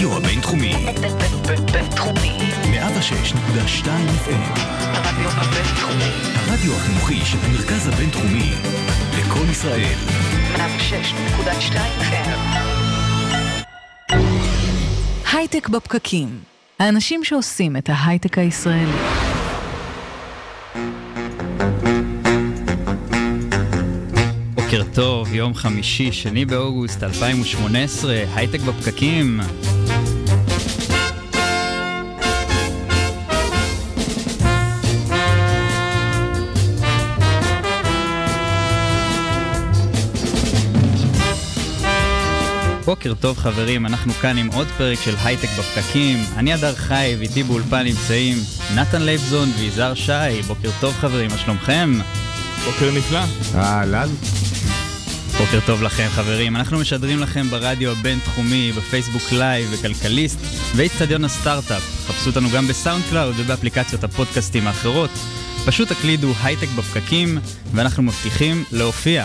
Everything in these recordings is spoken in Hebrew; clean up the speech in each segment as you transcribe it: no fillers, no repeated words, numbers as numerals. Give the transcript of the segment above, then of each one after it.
הרדיו הבינתחומי. בינתחומי. 106.2 FM. הרדיו הבינתחומי. הרדיו החינוכי של המרכז הבינתחומי. לכל ישראל. 106.2 FM. הייטק בפקקים. האנשים שעושים את ההייטק הישראלי. בוקר טוב, יום חמישי, 2 באוגוסט 2018, הייטק בפקקים. בוקר טוב חברים, אנחנו כאן עם עוד פרק של הייטק בפקקים. אני אדר חי, ואיתי באולפן נמצאים נתן לייבזון ויזהר שי. בוקר טוב חברים, מה שלומכם? בוקר נפלא. אהלן. בוקר טוב לכם חברים, אנחנו משדרים לכם ברדיו הבינתחומי, בפייסבוק לייב וכלכליסט ואצטדיון הסטארט-אפ. חפשו אותנו גם בסאונד קלאוד ובאפליקציות הפודקאסטים האחרות. פשוט תקלידו הייטק בפקקים ואנחנו מבטיחים להופיע.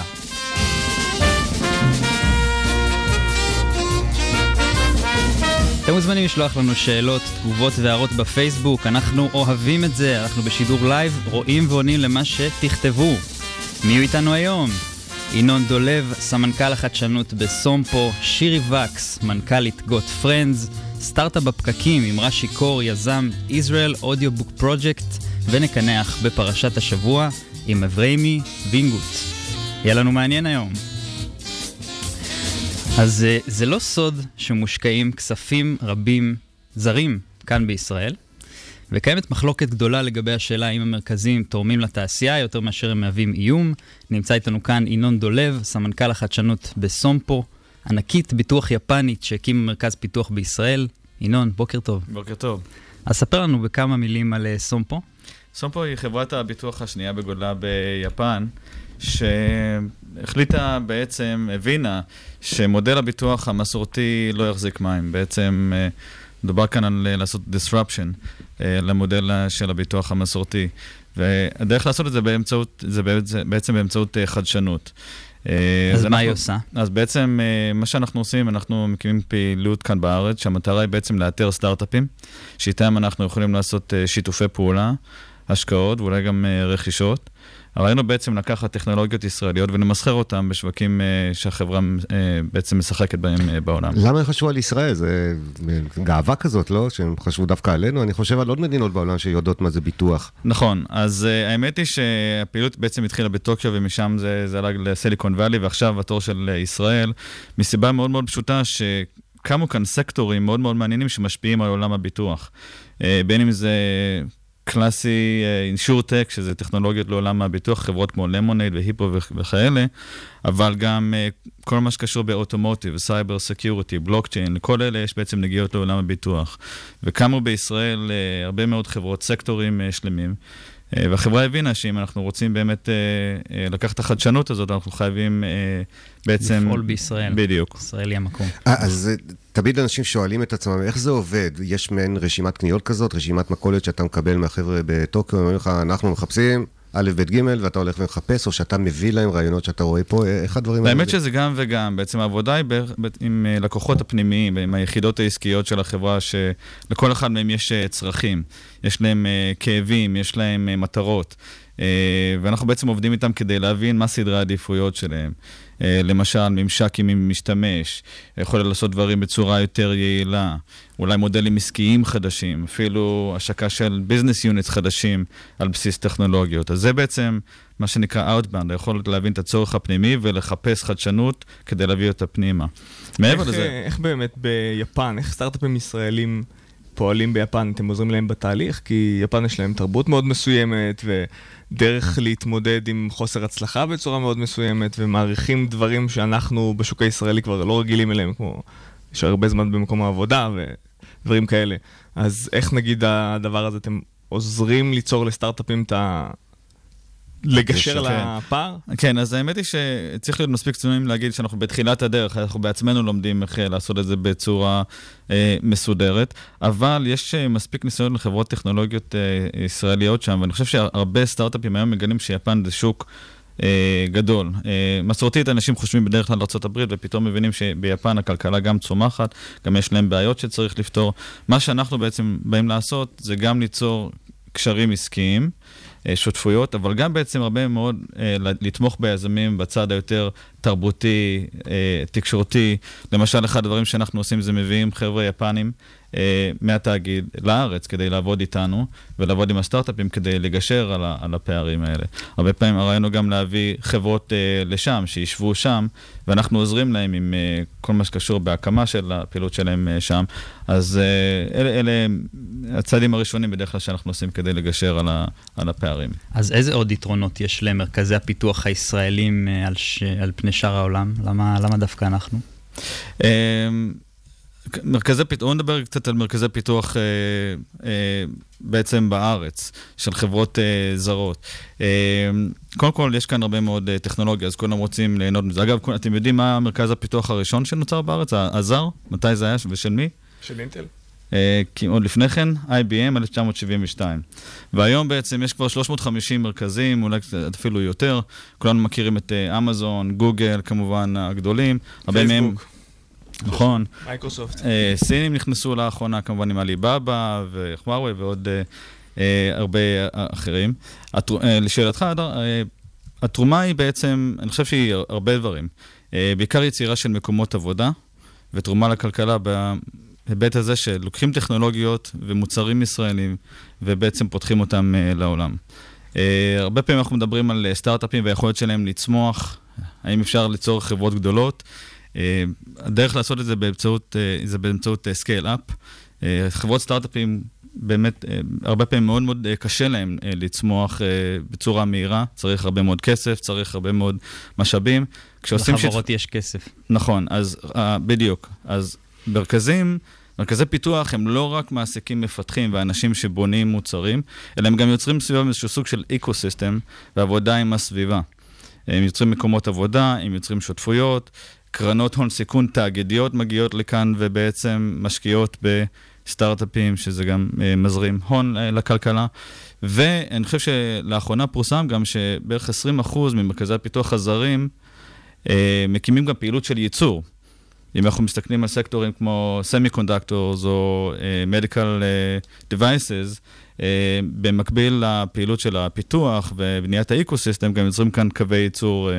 אתם מוזמנים לשלוח לנו שאלות, תגובות והערות בפייסבוק, אנחנו אוהבים את זה, אנחנו בשידור לייב, רואים ועונים למה שתכתבו. מי הוא איתנו היום? ינון דולב, סמנכ"ל החדשנות בסומפו, שירי וקס, מנכ"לית גוט פרנדס, סטארט-אפ בפקקים עם רשי קור, יזם Israel Audiobook Project, ונקנח בפרשת השבוע עם אבריימי וינגוט. יהיה לנו מעניין היום. אז זה לא סוד שמושקעים כספים רבים זרים כאן בישראל, וקיימת מחלוקת גדולה לגבי השאלה האם המרכזים תורמים לתעשייה יותר מאשר הם מהווים איום. נמצא איתנו כאן ינון דולב, סמנכ"ל החדשנות בסומפו, ענקית ביטוח יפנית שהקים מרכז פיתוח בישראל. ינון, בוקר טוב. בוקר טוב. אז ספר לנו בכמה מילים על סומפו. סומפו היא חברת הביטוח השנייה בגודלה ביפן, שהחליטה בעצם, הבינה שמודל הביטוח המסורתי לא יחזיק מים. בעצם מדובר כאן על לעשות disruption למודל של הביטוח המסורתי. והדרך לעשות את זה בעצם באמצעות חדשנות. אז מה היא עושה? אז בעצם מה שאנחנו עושים, אנחנו מקימים פעילות כאן בארץ, שהמטרה היא בעצם לאתר סטארט-אפים, שאיתם אנחנו יכולים לעשות שיתופי פעולה, השקעות ואולי גם רכישות. הרעיון הוא בעצם לקחת טכנולוגיות ישראליות ולמסחר אותם בשווקים שהחברה בעצם משחקת בהם בעולם. למה הם חשבו על ישראל? זה גאווה כזאת, לא? שהם חשבו דווקא עלינו? אני חושב על עוד מדינות בעולם שיודעות מה זה ביטוח. נכון, אז האמת היא שהפעילות בעצם התחילה בטוקיו ומשם זה עלה לסיליקון ואלי, ועכשיו התור של ישראל, מסיבה מאוד מאוד פשוטה שקמו כאן סקטורים מאוד מאוד מעניינים שמשפיעים על עולם הביטוח. בין אם זה קלאסי, אינשורטק, שזה טכנולוגיות לעולם הביטוח, חברות כמו למונייד והיפו וכאלה, אבל גם כל מה שקשור באוטומוטיב, סייבר סקיוריטי, בלוקצ'יין, לכל אלה יש בעצם נגיעות לעולם הביטוח. וקמו בישראל הרבה מאוד חברות, סקטורים שלמים, והחברה הבינה שאם אנחנו רוצים באמת לקחת את החדשנות הזאת, אנחנו חייבים בעצם לפעול בישראל. בדיוק. ישראל היא המקום. אז תמיד אנשים שואלים את עצמם, איך זה עובד? יש מעין רשימת קניות כזאת, רשימת מכולת שאתה מקבל מהחבר'ה בטוקיו, אומרים לך, אנחנו מחפשים א' ב' ג' ואתה הולך ומחפש, או שאתה מביא להם רעיונות שאתה רואה פה, איך הדברים האלה? באמת שזה גם וגם, בעצם העבודה היא עם לקוחות הפנימיים, עם היחידות העסקיות של החברה, שלכל אחד מהם יש צרכים, יש להם כאבים, יש להם מטרות, ואנחנו בעצם עובדים איתם כדי להבין מה סדרי העדיפויות שלהם. למשל, ממשק עם משתמש, יכול לעשות דברים בצורה יותר יעילה, אולי מודלים עסקיים חדשים, אפילו השקה של ביזנס יוניטס חדשים על בסיס טכנולוגיות. אז זה בעצם מה שנקרא Outbound, יכול להבין את הצורך הפנימי ולחפש חדשנות כדי להביא אותה פנימה. מעבר לזה... איך באמת ביפן, איך סטארט-אפים ישראלים פועלים ביפן, אתם עוזרים להם בתהליך? כי יפן יש להם תרבות מאוד מסוימת ודרך להתמודד עם חוסר הצלחה בצורה מאוד מסוימת, ומעריכים דברים שאנחנו בשוק הישראלי כבר לא רגילים אליהם, כמו יש הרבה זמן במקום העבודה ודברים כאלה. אז איך נגיד הדבר הזה, אתם עוזרים ליצור לסטארט-אפים לגשר לפער? כן, אז האמת היא שצריך להיות מספיק צנועים להגיד שאנחנו בתחילת הדרך, אנחנו בעצמנו לומדים איך לעשות את זה בצורה מסודרת, אבל יש מספיק ניסיון לחברות טכנולוגיות ישראליות שם, ואני חושב שהרבה סטארט-אפים היום מגלים שיפן זה שוק גדול. מסורתית, אנשים חושבים בדרך כלל לארצות הברית, ופתאום מבינים שביפן הכלכלה גם צומחת, גם יש להם בעיות שצריך לפתור. מה שאנחנו בעצם באים לעשות, זה גם ליצור קשרים עסקיים, שותפויות, אבל גם בעצם הרבה מאוד לתמוך ביזמים בצד היותר תרבותי, תקשורתי. למשל, אחד הדברים שאנחנו עושים זה מביאים חבר'ה יפנים מהתאגיד לארץ כדי לעבוד איתנו ולעבוד עם הסטארט-אפים כדי לגשר על הפערים האלה. הרבה פעמים ראינו גם להביא חברות לשם, שישבו שם, ואנחנו עוזרים להם עם כל מה שקשור בהקמה של הפעילות שלהם שם. אז אלה הצעדים הראשונים בדרך כלל שאנחנו עושים כדי לגשר על הפערים. אז איזה עוד יתרונות יש למרכזי הפיתוח הישראלים על פני שאר העולם? למה דווקא אנחנו? מרכזי פיתוח, נדבר קצת על מרכזי פיתוח בעצם בארץ, של חברות זרות. קודם כל, יש כאן הרבה מאוד טכנולוגיה, אז כולם רוצים ליהנות מזה. אגב, אתם יודעים מה מרכז הפיתוח הראשון שנוצר בארץ? הזר? מתי זה היה ושל מי? של אינטל. עוד לפני כן, IBM 1972. והיום בעצם יש כבר 350 מרכזים, אולי אפילו יותר. כולנו מכירים את אמזון, גוגל, כמובן הגדולים. פייסבוק. נכון. מייקרוסופט. סינים נכנסו לאחרונה, כמובן עם אליבאבא וחוואווי ועוד הרבה אחרים. לשאלתך, התרומה היא בעצם, אני חושב שהיא הרבה דברים. בעיקר יצירה של מקומות עבודה, ותרומה לכלכלה בהיבט הזה שלוקחים טכנולוגיות ומוצרים ישראלים, ובעצם פותחים אותם לעולם. הרבה פעמים אנחנו מדברים על סטארט-אפים והיכולת שלהם לצמוח, האם אפשר ליצור חברות גדולות, הדרך לעשות את זה באמצעות סקייל-אפ. חברות סטארט-אפים באמת, הרבה פעמים מאוד מאוד קשה להם לצמוח בצורה מהירה. צריך הרבה מאוד כסף, צריך הרבה מאוד משאבים. לחברות יש כסף. נכון, אז בדיוק. אז מרכזי פיתוח הם לא רק מעסיקים מפתחים ואנשים שבונים מוצרים, אלא הם גם יוצרים סביבם איזשהו סוג של אקוסיסטם ועבודה עם הסביבה. הם יוצרים מקומות עבודה, הם יוצרים שותפויות, קרנות הון סיכון תאגידיות מגיעות לכאן ובעצם משקיעות בסטארט-אפים, שזה גם מזרים הון לכלכלה. ואני חושב שלאחרונה פורסם גם שבערך 20% ממרכזי הפיתוח הזרים מקימים גם פעילות של ייצור. אם אנחנו מסתכלים על סקטורים כמו Semiconductors או Medical Devices, במקביל לפעילות של הפיתוח ובניית האקוסיסטם, גם יוצרים כאן קווי ייצור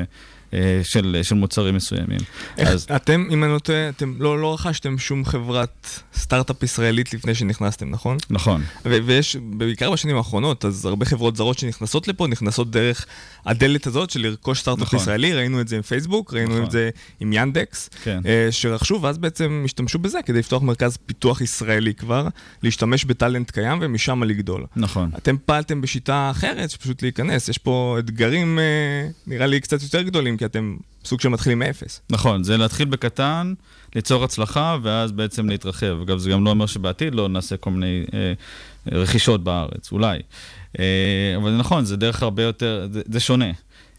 של מוצרים מסוימים. אתם, אם אני לא טועה, אתם לא רכשתם שום חברת סטארט-אפ ישראלית לפני שנכנסתם, נכון? נכון. ויש, בעיקר בשנים האחרונות, אז הרבה חברות זרות שנכנסות לפה, נכנסות דרך הדלת הזאת של לרכוש סטארט-אפ ישראלי, ראינו את זה עם פייסבוק, ראינו את זה עם ינדקס, שרכשו, ואז בעצם השתמשו בזה כדי לפתוח מרכז פיתוח ישראלי כבר, להשתמש בטלנט קיים ומשם לגדול. נכון. אתם פעלתם בשיטה אחרת, שפשוט להיכנס. יש פה אתגרים, נראה לי קצת יותר גדולים, כי אתם סוג שמתחילים מאפס. נכון, זה להתחיל בקטן, ליצור הצלחה, ואז בעצם להתרחב. אגב, זה גם לא אומר שבעתיד לא נעשה כל מיני רכישות בארץ, אולי. אבל זה נכון, זה דרך הרבה יותר, זה שונה.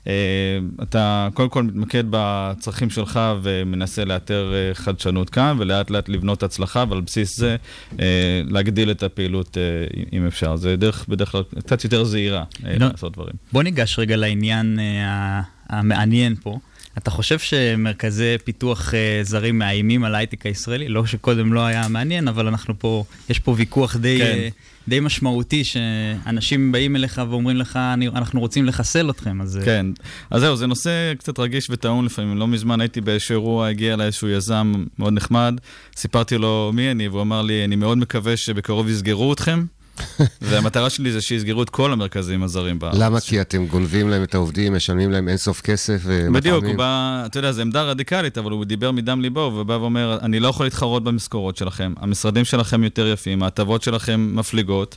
אתה קודם כל מתמקד בצרכים שלך ומנסה לאתר חדשנות כאן, ולאט לאט לבנות הצלחה, ועל בסיס זה להגדיל את הפעילות אם אפשר. זה בדרך כלל קצת יותר זהירה לעשות דברים. בוא ניגש רגע לעניין המעניין פה. אתה חושב שמרכזי פיתוח זרים מאיימים על ההייטק הישראלי? לא שקודם לא היה מעניין, אבל יש פה ויכוח די משמעותי, שאנשים באים אליך ואומרים לך, אנחנו רוצים לחסל אתכם. כן, אז זהו, זה נושא קצת רגיש וטעון לפעמים. לא מזמן הייתי באיזשהו אירוע, הגיע לאיזשהו יזם מאוד נחמד, סיפרתי לו מי אני, והוא אמר לי, אני מאוד מקווה שבקרוב יסגרו אתכם, והמטרה שלי זה שיסגרו את כל המרכזים הזרים בארץ. למה? כי אתם גונבים להם את העובדים, משלמים להם אינסוף כסף. בדיוק, הוא בא, אתה יודע, זו עמדה רדיקלית, אבל הוא דיבר מדם ליבו, ובא ואומר, אני לא יכול להתחרות במשכורות שלכם, המשרדים שלכם יותר יפים, ההטבות שלכם מפליגות.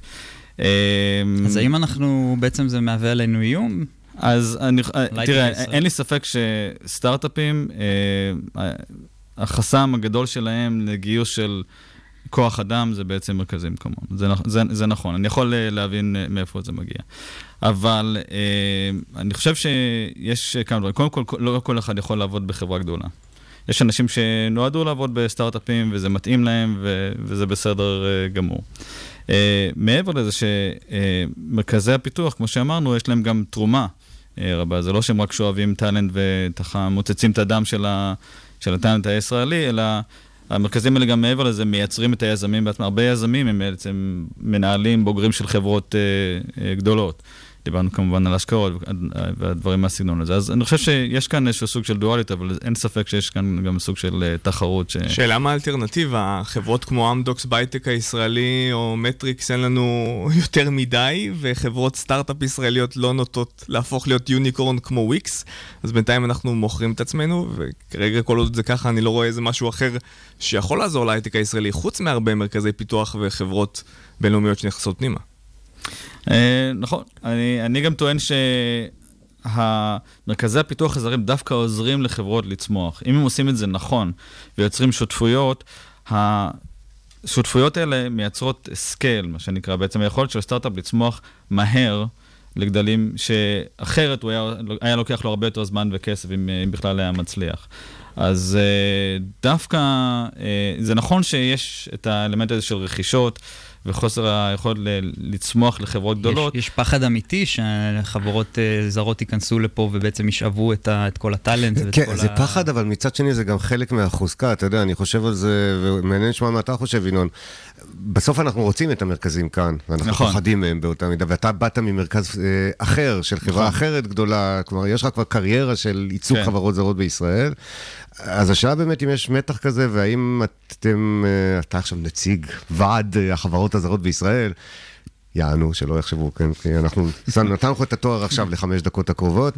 אז האם אנחנו, בעצם זה מהווה עלינו איום? אז תראה, אין לי ספק שסטארט-אפים, החסם הגדול שלהם לגיוס של כוח אדם זה בעצם מרכזים כמון. זה נכון, אני יכול להבין מאיפה זה מגיע. אבל אני חושב שיש כמה דברים. קודם כל, לא כל אחד יכול לעבוד בחברה גדולה. יש אנשים שנועדו לעבוד בסטארט-אפים, וזה מתאים להם, וזה בסדר גמור. מעבר לזה שמרכזי הפיתוח, כמו שאמרנו, יש להם גם תרומה רבה. זה לא שהם רק שואבים טלנט ומוצצים את הדם של הטלנט הישראלי, אלא המרכזים האלה גם מעבר לזה מייצרים את היזמים בעצמם. הרבה יזמים הם בעצם מנהלים בוגרים של חברות גדולות. דיברנו כמובן על השקעות והדברים מהסגנון הזה. אז אני חושב שיש כאן איזשהו סוג של דואליות, אבל אין ספק שיש כאן גם סוג של תחרות. שאלה מה האלטרנטיבה? חברות כמו אמדוקס בהייטק הישראלי או מטריקס אין לנו יותר מדי, וחברות סטארט-אפ ישראליות לא נוטות להפוך להיות יוניקורן כמו וויקס, אז בינתיים אנחנו מוכרים את עצמנו, וכרגע כל עוד זה ככה אני לא רואה איזה משהו אחר שיכול לעזור להייטק הישראלי, חוץ מהרבה מרכזי פיתוח וחברות בינלאומיות שנכנסות פנימה. נכון, אני גם טוען שהמרכזי הפיתוח הזרים דווקא עוזרים לחברות לצמוח. אם הם עושים את זה נכון ויוצרים שותפויות, השותפויות האלה מייצרות סקייל, מה שנקרא, בעצם היכולת של הסטארט-אפ לצמוח מהר לגדלים שאחרת הוא היה לוקח לו הרבה יותר זמן וכסף אם בכלל היה מצליח. אז דווקא זה נכון שיש את האלמנט הזה של רכישות, וחוסר היכולת לצמוח לחברות גדולות. יש פחד אמיתי שחברות זרות ייכנסו לפה ובעצם ישאבו את כל הטלנט. כן, זה פחד, אבל מצד שני זה גם חלק מהחוזקה, אתה יודע, אני חושב על זה, ומעניין לשמוע מה אתה חושב, ינון. בסוף אנחנו רוצים את המרכזים כאן, ואנחנו פחדים מהם באותה מידה, ואתה באת ממרכז אחר, של חברה אחרת גדולה, כלומר, יש לך כבר קריירה של ייצוג חברות זרות בישראל, אז השאלה באמת אם יש מתח כזה, והאם אתה עכשיו נציג ועד החברות הזרות בישראל, יענו, שלא יחשבו, כן, כי אנחנו נתנו לך את התואר עכשיו ל5 דקות הקרובות.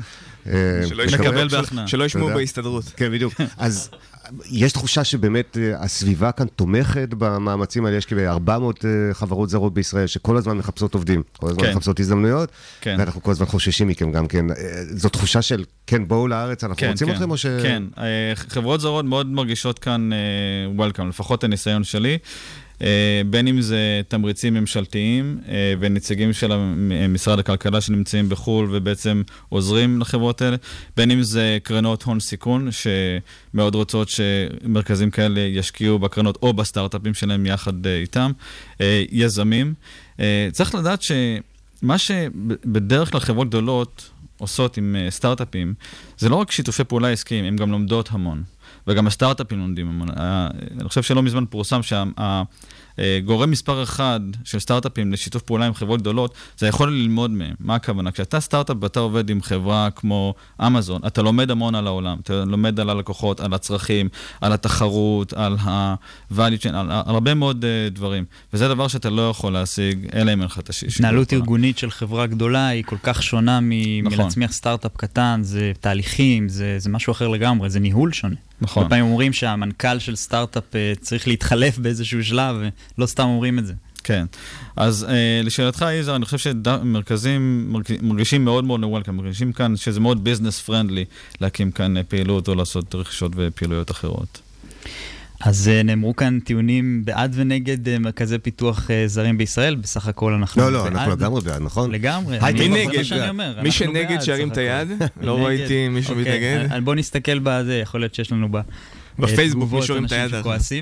שלא ישמעו בהסתדרות. כן, בדיוק. אז יש תחושה שבאמת הסביבה כאן תומכת במאמצים האלה, יש כ-400 חברות זרות בישראל שכל הזמן מחפשות עובדים, כל הזמן מחפשות הזדמנויות, ואנחנו כל הזמן חוששים מכם גם כן. זו תחושה של, כן, בואו לארץ, אנחנו רוצים אתכם או ש... כן, חברות זרות מאוד מרגישות כאן welcome, לפחות הניסיון שלי. בין אם זה תמריצים ממשלתיים ונציגים של משרד הכלכלה שנמצאים בחול ובעצם עוזרים לחברות האלה, בין אם זה קרנות הון סיכון שמאוד רוצות שמרכזים כאלה ישקיעו בקרנות או בסטארט-אפים שלהם יחד איתם, יזמים. צריך לדעת שמה שבדרך כלל חברות גדולות עושות עם סטארט-אפים זה לא רק שיתופי פעולה עסקיים, הם גם לומדות המון. וגם הסטארט-אפים לומדים המון. אני חושב שלא מזמן פורסם שהגורם מספר אחד של סטארט-אפים לשיתוף פעולה עם חברות גדולות, זה יכול ללמוד מהם. מה הכוונה? כשאתה סטארט-אפ ואתה עובד עם חברה כמו אמזון, אתה לומד המון על העולם, אתה לומד על הלקוחות, על הצרכים, על התחרות, על ה-value chain, על הרבה מאוד דברים. וזה דבר שאתה לא יכול להשיג, אלא אם אין לך את השיתוף. התנהלות ארגונית של חברה גדולה היא כל כך שונה מלהצמיח סטארט-אפ קטן, זה תהליכים, זה משהו אחר לגמרי, זה ניהול שונה. נכון. בפעמים אומרים שהמנכ"ל של סטארט-אפ צריך להתחלף באיזשהו שלב, ולא סתם אומרים את זה. כן. אז לשאלתך, איזר, אני חושב שמרכזים מרגישים מאוד מאוד welcome, מרגישים כאן שזה מאוד business friendly להקים כאן פעילות או לעשות רכישות ופעילויות אחרות. אז נאמרו כאן טיעונים בעד ונגד מרכזי פיתוח זרים בישראל, בסך הכל אנחנו בעד. לא, אנחנו לגמרי בעד, נכון? לגמרי. מי שנגד שירים את היד, לא ראיתי מישהו מתנגד. בוא נסתכל בזה, יכול להיות שיש לנו בפייסבוק מישהו עם את היד.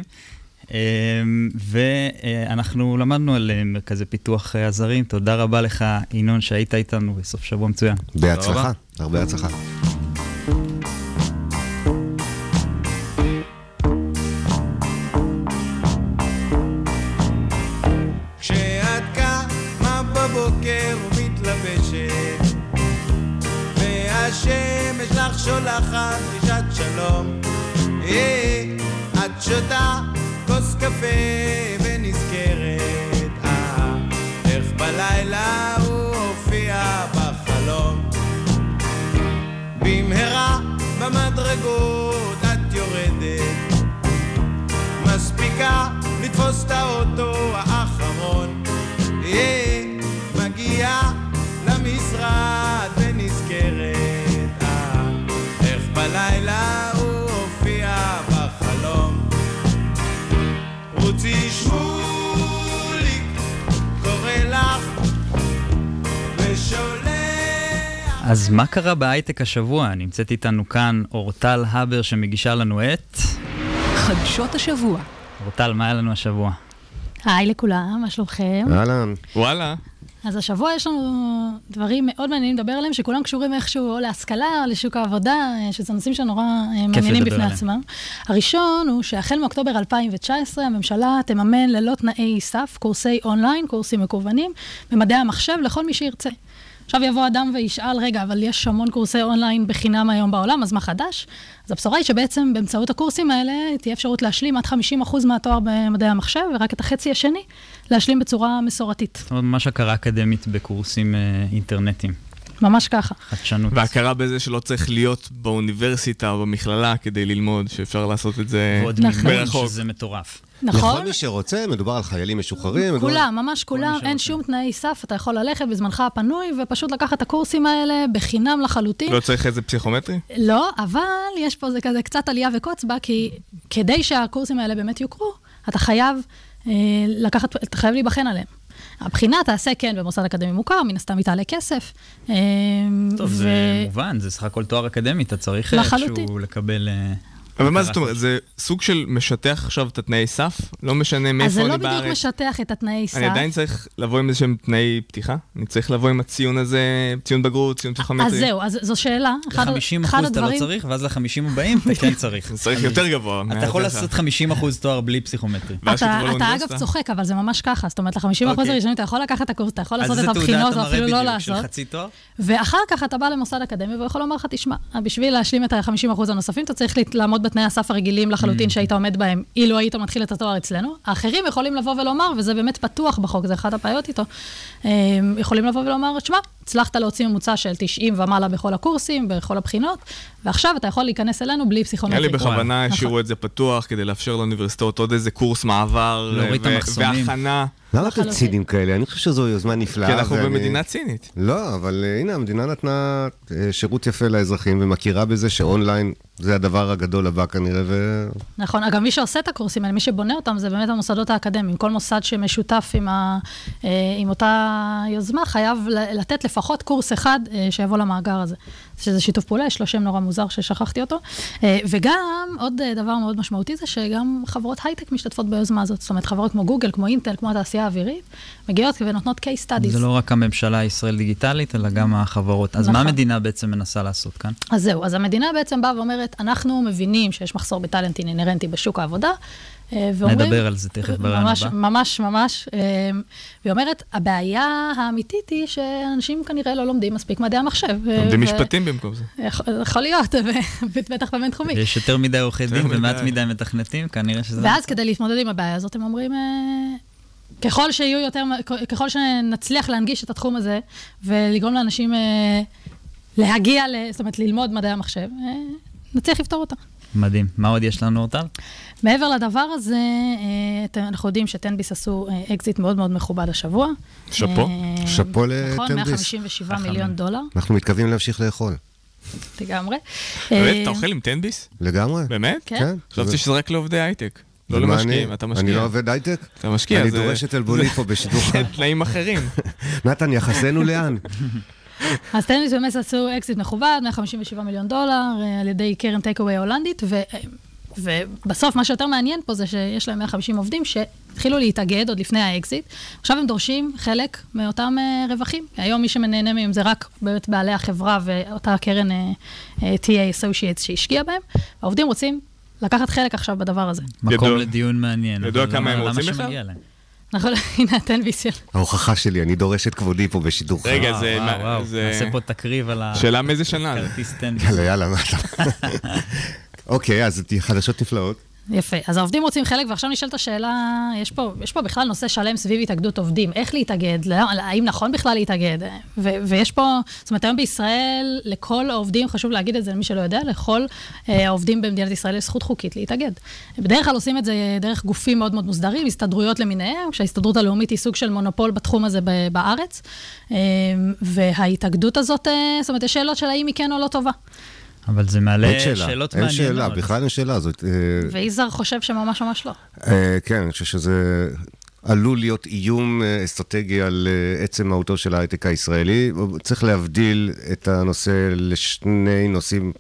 ואנחנו למדנו על מרכזי פיתוח זרים. תודה רבה לך, ינון, שהיית איתנו בסוף שבוע מצוין. בהצלחה, הרבה הצלחה. והשמש לך שולחת דרישת שלום, את שותה כוס קפה ונזכרת איך בלילה הוא הופיע בחלום. במהרה במדרגות את יורדת, מספיקה לתפוס את האוטו האחרון, מגיעה למשרד ונזכרת איך בלילה הוא הופיע בחלום. רוצי שמוליק קורא לך ושולח. אז מה קרה בהייטק השבוע? נמצאת איתנו כאן אורטל הבר שמגישה לנו את חדשות השבוע. אורטל, מה היה לנו השבוע? היי לכולם, מה שלומכם? אהלן. וואלה. אז השבוע יש לנו דברים מאוד מעניינים לדבר עליהם, שכולם קשורים איכשהו או להשכלה או לשוק העבודה, שזה נושאים שנורא מעניינים בפני עצמם. הראשון הוא שהחל מאוקטובר 2019, הממשלה תממן ללא תנאי סף, קורסי אונליין, קורסים מקוונים, במדעי המחשב לכל מי שירצה. עכשיו יבוא אדם וישאל, רגע, אבל יש המון קורסי אונליין בחינם היום בעולם, אז מה חדש? אז הבשורה היא שבעצם באמצעות הקורסים האלה תהיה אפשרות להשלים עד 50% מהתואר במדעי המחשב, ורק את החצי השני להשלים בצורה מסורתית. זאת אומרת, ממש הכרה אקדמית בקורסים אינטרנטיים. ממש ככה. חדשנות. והכרה בזה שלא צריך להיות באוניברסיטה או במכללה כדי ללמוד, שאפשר לעשות את זה מרחוק. שזה מטורף. נכון. לכל מי שרוצה, מדובר על חיילים משוחררים. כולם, ממש כולם, אין שום תנאי סף, אתה יכול ללכת בזמנך הפנוי, ופשוט לקחת את הקורסים האלה בחינם לחלוטין. לא צריך איזה פסיכומטרי? לא, אבל יש פה זה כזה קצת עלייה וקוץ בה, כי כדי שהקורסים האלה באמת יוכרו, אתה חייב להיבחן עליהם. הבחינה תעשה כן במוסד אקדמי מוכר, מן הסתם היא תעלה כסף. טוב, זה מובן, זה סך הכל תואר אקדמי, אתה צריך איכשהו לקבל... אבל מה זאת אומרת? זה סוג של משטח עכשיו את התנאי סף? לא משנה מאיפה אני בארץ. אז זה לא בדיוק משטח את התנאי סף. אני עדיין צריך לבוא עם איזשהם תנאי פתיחה? אני צריך לבוא עם הציון הזה, ציון בגרות, ציון פסיכומטרי? אז זהו, אז זו שאלה. 50% אתה לא צריך, ואז ל-50 הבאים אתה כן צריך. צריך יותר גבוה. אתה יכול לעשות 50% תואר בלי פסיכומטרי. אתה אגב צוחק, אבל זה ממש ככה. זאת אומרת, ל-50% הראשונים אתה יכול לקחת את הקורס, אתה יכול לעשות את הבחינות, או אפילו לא לעשות. ואחר כך אתה בא למוסד אקדמי והוא יכול לומר לך, תשמע, בשביל להשלים את ה-50% הנוספים, אתה צריך לעמוד בתנאי הסף הרגילים לחלוטין שהיית עומד בהם, אילו היית מתחיל את התואר אצלנו. האחרים יכולים לבוא ולומר, וזה באמת פתוח בחוק, זה אחד הבעיות איתו, יכולים לבוא ולומר, תשמע, הצלחת להוציא ממוצע של 90 ומעלה בכל הקורסים, בכל הבחינות, ועכשיו אתה יכול להיכנס אלינו בלי פסיכומטרי. היה לי בכוונה השאירו את זה פתוח, כדי לאפשר לאוניברסיטאות עוד איזה קורס מעבר והכנה. למה אתם צינים כאלה? אני חושב שזו יוזמה נפלאה. כי אנחנו במדינה צינית. לא, אבל הנה, המדינה נתנה שירות יפה לאזרחים, ומכירה בזה שאונליין זה הדבר הגדול הבא כנראה. נכון, אגב, מי שעושה את הקורסים האלה, מי שבונה אותם, זה באמת המוסדות האקדמיים. כל מוסד שמשותף עם אותה יוזמה, חייב לתת לפחות קורס אחד שיבוא למאגר הזה. שזה שיתוף פעולה, יש לו שם נורא מוזר ששכחתי אותו. וגם, עוד דבר מאוד משמעותי זה שגם חברות הייטק משתתפות ביוזמה הזאת. זאת אומרת, חברות כמו גוגל, כמו אינטל, כמו התעשייה האווירית, מגיעות ונותנות case studies. זה לא רק הממשלה הישראל דיגיטלית, אלא גם החברות. אז מה המדינה בעצם מנסה לעשות כאן? אז זהו, אז המדינה בעצם באה ואומרת, אנחנו מבינים שיש מחסור בטלנטים אינרנטי בשוק העבודה, נדבר על זה תכף ברעיון הבא. ממש, ממש. והיא אומרת, הבעיה האמיתית היא שאנשים כנראה לא לומדים מספיק מדעי המחשב. לומדים משפטים במקום זה. יכול להיות, בטח בבין תחומי. יש יותר מדי עורכי דין ומעט מדי מתכנתים, כנראה שזה... ואז כדי להתמודד עם הבעיה הזאת, הם אומרים, ככל שנצליח להנגיש את התחום הזה, ולגרום לאנשים להגיע, זאת אומרת, ללמוד מדעי המחשב, נצליח לפתור אותה. מדהים. מה עוד יש לנו אותה? מעבר לדבר הזה, אנחנו יודעים שטנביס עשו אקזיט מאוד מאוד מכובד השבוע. שפו. שפו לטנביס. נכון, 157 מיליון דולר. אנחנו מתכוונים להמשיך לאכול. לגמרי. באמת, אתה אוכל עם טנביס? לגמרי. באמת? כן. חשבתי שזה רק לעובדי הייטק. לא למשקיעים, אתה משקיע. אני לא עובד הייטק? אתה משקיע. אני דורש את אלבולי פה בשידור חי. תנאים אחרים. נתן, יחסנו לאן? אז טנביס באמת עשו אקזיט מכובד, 157 מיליון דולר, על ידי קרן טייקאווי הולנדית, ובסוף מה שיותר מעניין פה זה שיש להם 150 עובדים שהתחילו להתאגד עוד לפני האקזיט, עכשיו הם דורשים חלק מאותם רווחים. היום מי שמנהנה מהם זה רק באמת בעלי החברה ואותה קרן TA Associates שהשקיע בהם, העובדים רוצים לקחת חלק עכשיו בדבר הזה. מקום לדיון מעניין. ידוע כמה הם רוצים בכלל? נכון, הנה הטנביס של... ההוכחה שלי, אני דורש את כבודי פה בשידור חי. רגע, וואו, נעשה פה תקריב על שאלה מאיזה שנה? כרטיס טנביס. יאללה, מה אתה? אוקיי, אז חדשות נפלאות. יפה, אז העובדים רוצים חלק, ועכשיו נשאלת השאלה, יש פה בכלל נושא שלם סביב התאגדות עובדים, איך להתאגד, האם נכון בכלל להתאגד, ויש פה, זאת אומרת, היום בישראל, לכל העובדים, חשוב להגיד את זה למי שלא יודע, לכל העובדים במדינת ישראל יש זכות חוקית להתאגד. בדרך כלל עושים את זה דרך גופים מאוד מאוד מוסדרים, הסתדרויות למיניהם, כשההסתדרות הלאומית היא סוג של מונופול בתחום הזה בארץ, וההתאגדות הזאת, זאת אומרת, יש שאלות של האם היא כן או לא טובה. אבל זה מעלה שאלות מעניינות. אין שאלה, בכלל אין שאלה. ואיזר חושב שממש ממש לא. כן, אני חושב שזה עלול להיות איום אסטרטגי על עצם מהותו של ההייטק הישראלי. צריך להבדיל את הנושא לשני נושאים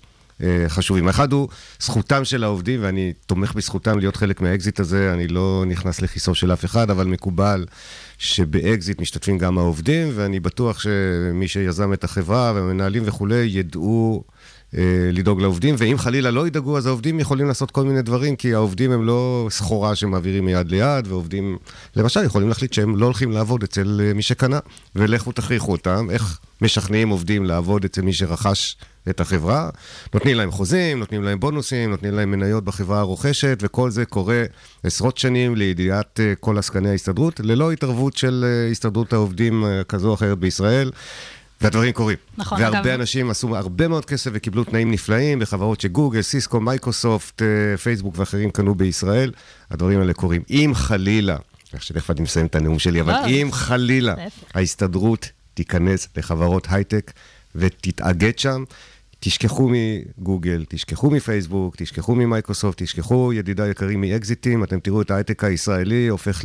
חשובים. אחד הוא זכותם של העובדים, ואני תומך בזכותם להיות חלק מהאקזיט הזה, אני לא נכנס לכיסו של אף אחד, אבל מקובל שבאקזיט משתתפים גם העובדים, ואני בטוח שמי שיזם את החברה והמנהלים וכולי ידעו לדאוג לעובדים, ואם חלילה לא ידאגו, אז העובדים יכולים לעשות כל מיני דברים, כי העובדים הם לא סחורה שמעבירים מיד ליד, ועובדים, למשל, יכולים להחליט שהם לא הולכים לעבוד אצל מי שקנה, ולכו תכריחו אותם, איך משכנעים עובדים לעבוד אצל מי שרכש את החברה, נותנים להם חוזים, נותנים להם בונוסים, נותנים להם מניות בחברה הרוכשת, וכל זה קורה עשרות שנים לידיעת כל עסקני ההסתדרות, ללא התערבות של הסתדרות העובדים כזו או אחרת בישראל, והדברים קורים. נכון. והרבה אנשים עשו הרבה מאוד כסף וקיבלו תנאים נפלאים בחברות שגוגל, סיסקו, מייקרוסופט, פייסבוק ואחרים קנו בישראל. הדברים האלה קורים. אם חלילה, שתכף אני מסיים את הנאום שלי, אבל אם חלילה ההסתדרות תיכנס לחברות הייטק ותתאגד שם, תשכחו מגוגל, תשכחו מפייסבוק, תשכחו ממייקרוסופט, תשכחו ידידיי יקרים מאקזיטים, אתם תראו את ההייטק הישראלי הופך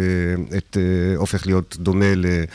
להיות דומה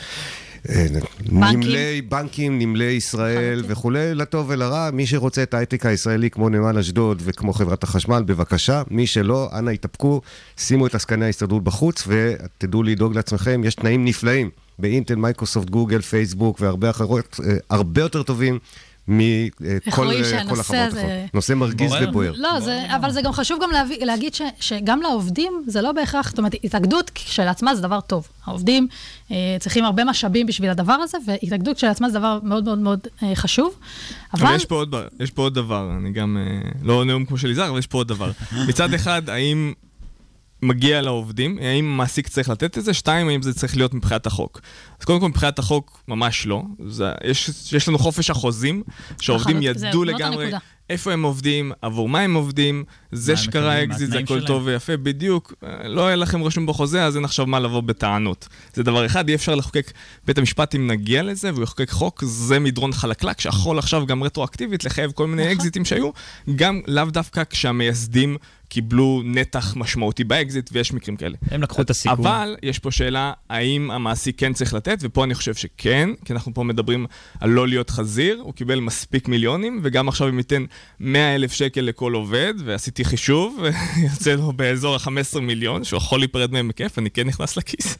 נמלי בנקים, נמלי ישראל וכולי, לטוב ולרע. מי שרוצה את ההייטק הישראלי כמו נמל אשדוד וכמו חברת החשמל, בבקשה. מי שלא, אנא יתאפקו, שימו את עסקני ההסתדרות בחוץ ותדעו לדאוג לעצמכם. יש תנאים נפלאים באינטל, מייקרוסופט, גוגל, פייסבוק והרבה אחרות, הרבה יותר טובים מכל החברות. נושא מרגיז ובוער. לא, אבל זה גם חשוב גם להגיד שגם לעובדים זה לא בהכרח, זאת אומרת, התאגדות כשלעצמה זה דבר טוב. העובדים צריכים הרבה משאבים בשביל הדבר הזה, והתאגדות כשלעצמה זה דבר מאוד מאוד מאוד חשוב. אבל יש פה עוד דבר, אני גם לא נאום כמו של יזהר, אבל יש פה עוד דבר. מצד אחד, האם מגיע לעובדים, האם מעסיק צריך לתת את זה? שתיים, האם זה צריך להיות מבחינת החוק? אז קודם כל, מבחינת החוק, ממש לא. יש לנו חופש החוזים, שהעובדים ידעו לגמרי איפה הם עובדים, עבור מה הם עובדים, זה שקרה אקזיט, זה הכל טוב ויפה, בדיוק, לא היה לכם רשום בחוזה, אז אין עכשיו מה לבוא בטענות. זה דבר אחד, אי אפשר לחוקק בית המשפט אם נגיע לזה, והוא יחוקק חוק, זה מדרון חלקלק, שיכול עכשיו גם רטרואקטיבית לחייב כל מיני אקזיטים שהיו, גם לאו דווקא כשהמייסדים קיבלו נתח משמעותי באקזיט, ויש מקרים כאלה. הם לקחו את הסיכון. אבל יש פה שאלה, האם המעסיק כן צריך לתת, ופה אני חושב שכן, כי אנחנו פה מדברים על לא להיות חזיר, הוא קיבל מספיק מיליונים, וגם עכשיו אם ייתן 100,000 שקל לכל עובד, ועשיתי חישוב, ויוצא לו באזור ה-15 מיליון, שהוא יכול להיפרד מהם בכיף, אני כן נכנס לכיס.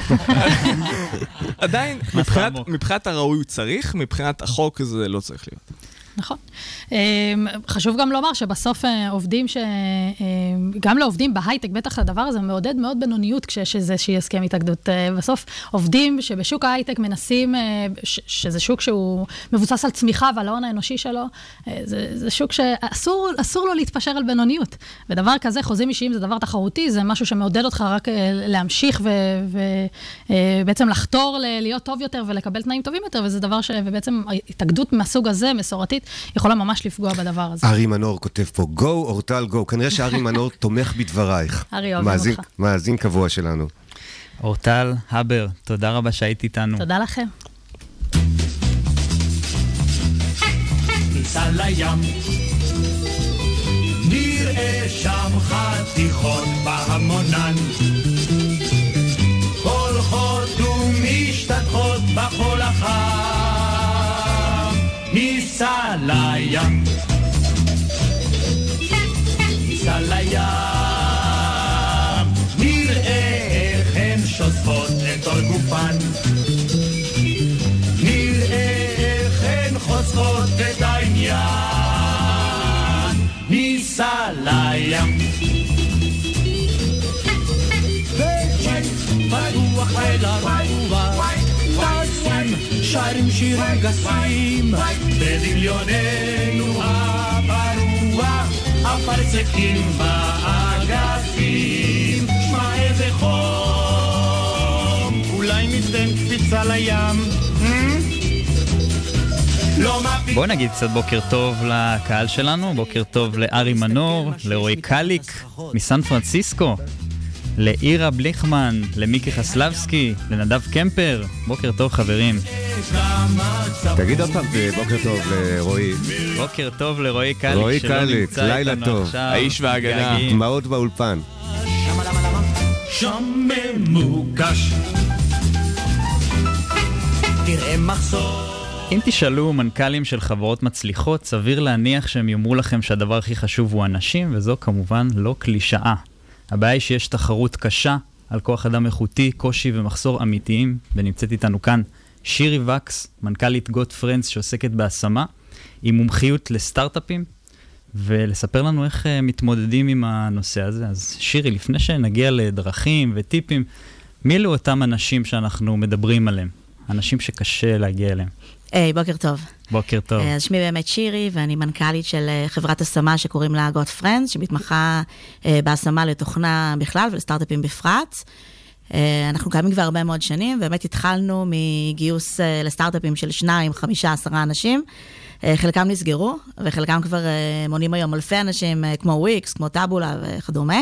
עדיין, מבחינת הראוי הוא צריך, מבחינת החוק זה לא צריך להיות. נכון. חשוב גם לומר שבסוף עובדים גם לעובדים בהייטק, בטח הדבר הזה מעודד מאוד בינוניות כשיש איזושהי הסכם התאגדות. בסוף עובדים שבשוק ההייטק מנסים, שזה שוק שהוא מבוסס על צמיחה ועל ההון האנושי שלו, זה שוק שאסור לו להתפשר על בינוניות. ודבר כזה, חוזים אישיים זה דבר תחרותי, זה משהו שמעודד אותך רק להמשיך ובעצם לחתור להיות טוב יותר ולקבל תנאים טובים יותר, וזה דבר שבעצם התאגדות מהסוג הזה, מסורתית, יכולה ממש לפגוע בדבר הזה. ארי מנור כותב פה, גו, אורטל, גו. כנראה שארי מנור תומך בדברייך. ארי, אוהבים אותך. מאזין קבוע שלנו. אורטל, הבר, תודה רבה שהיית איתנו. תודה לכם. ניסה לים, נראה שם חתיכות בהמונן, הולכות ומשתתחות בחול החם. ניסה לים, ניסה לים, נראה איך הן שוספות את אור גופן, נראה איך הן חושפות את העניין. ניסה לים, וג'ק פתוח אל הרוח, טסים שרים שירים גסים, בדמיוננו הפרוע הפרצקים באגפים. שמע איזה חום, אולי ניתן קפיצה לים. בואו נגיד קצת בוקר טוב לקהל שלנו, בוקר טוב לארי מנור, לרועי קליק מסן פרנסיסקו, לאירה בליכמן, למיקי חסלבסקי, לנדב קמפר. בוקר טוב חברים. תגיד עוד פעם, בוקר טוב לרועי. בוקר טוב לרועי קליק. רועי קליק, לילה טוב. האיש והגנה. דמעות באולפן. שם ממוקש, תראה מחסור אם תשאלו מנכ"לים של חברות מצליחות, סביר להניח שהם יאמרו לכם שהדבר הכי חשוב הוא אנשים, וזו כמובן לא קלישאה. הבעיה היא שיש תחרות קשה על כוח אדם איכותי, קושי ומחסור אמיתיים, ונמצאת איתנו כאן שירי וקס, מנכ"לית גוט פרנדס שעוסקת בהשמה, עם מומחיות לסטארט-אפים, ולספר לנו איך מתמודדים עם הנושא הזה. אז שירי, לפני שנגיע לדרכים וטיפים, מי אלו אותם אנשים שאנחנו מדברים עליהם? אנשים שקשה להגיע אליהם. בוקר טוב. בוקר טוב. אז שמי באמת שירי, ואני מנכ"לית של חברת השמה שקוראים לה גוט פרנדס, שמתמחה בהשמה לתוכנה בכלל ולסטארט-אפים בפרט. אנחנו קיימים כבר הרבה מאוד שנים, באמת התחלנו מגיוס לסטארט-אפים של 2, 5, 10 אנשים. חלקם נסגרו, וחלקם כבר מונים היום אלפי אנשים, כמו וויקס, כמו טאבולה וכדומה.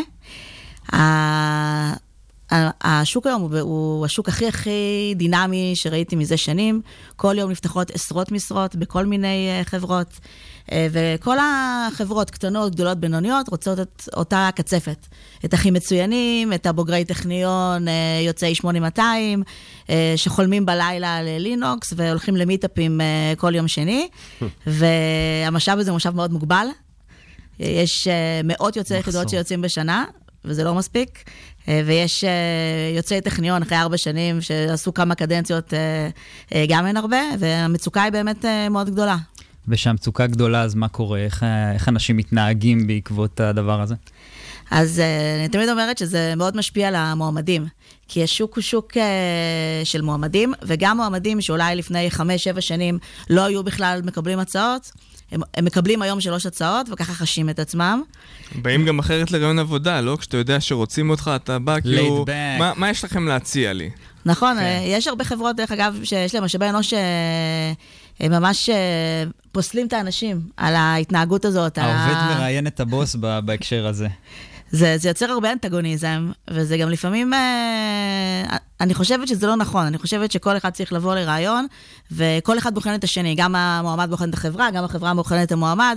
השוק היום הוא השוק הכי דינמי שראיתי מזה שנים. כל יום נפתחות עשרות משרות בכל מיני חברות, וכל החברות, קטנות, גדולות, בינוניות, רוצות את אותה קצפת. את הכי מצוינים, את הבוגרי טכניון, יוצאי 8200, שחולמים בלילה ללינוקס, והולכים למיטאפים כל יום שני, והמשאב הזה הוא משאב מאוד מוגבל. יש מאות יוצאי יחידות שיוצאים בשנה, וזה לא מספיק, ויש יוצאי טכניון אחרי 4 שנים שעשו כמה קדנציות, גם אין הרבה, והמצוקה היא באמת מאוד גדולה. ושהמצוקה גדולה, אז מה קורה? איך אנשים מתנהגים בעקבות הדבר הזה? אז אני תמיד אומרת שזה מאוד משפיע על המועמדים, כי השוק הוא שוק של מועמדים, וגם מועמדים שאולי לפני 5-7 שנים לא היו בכלל מקבלים הצעות, הם מקבלים היום 3 הצעות, וככה חשים את עצמם. באים גם אחרת לרעיון עבודה, לא? כשאתה יודע שרוצים אותך, אתה בא כאילו, מה יש לכם להציע לי? נכון, יש הרבה חברות, דרך אגב, שיש להם משאבי אנוש הם ממש פוסלים את האנשים על ההתנהגות הזאת. העובד מראיין את הבוס בהקשר הזה. זה יוצר הרבה אנטגוניזם, וזה גם לפעמים, אני חושבת שזה לא נכון, אני חושבת שכל אחד צריך לבוא לרעיון, וכל אחד בוחן את השני, גם המועמד בוחן את החברה, גם החברה בוחנת את המועמד,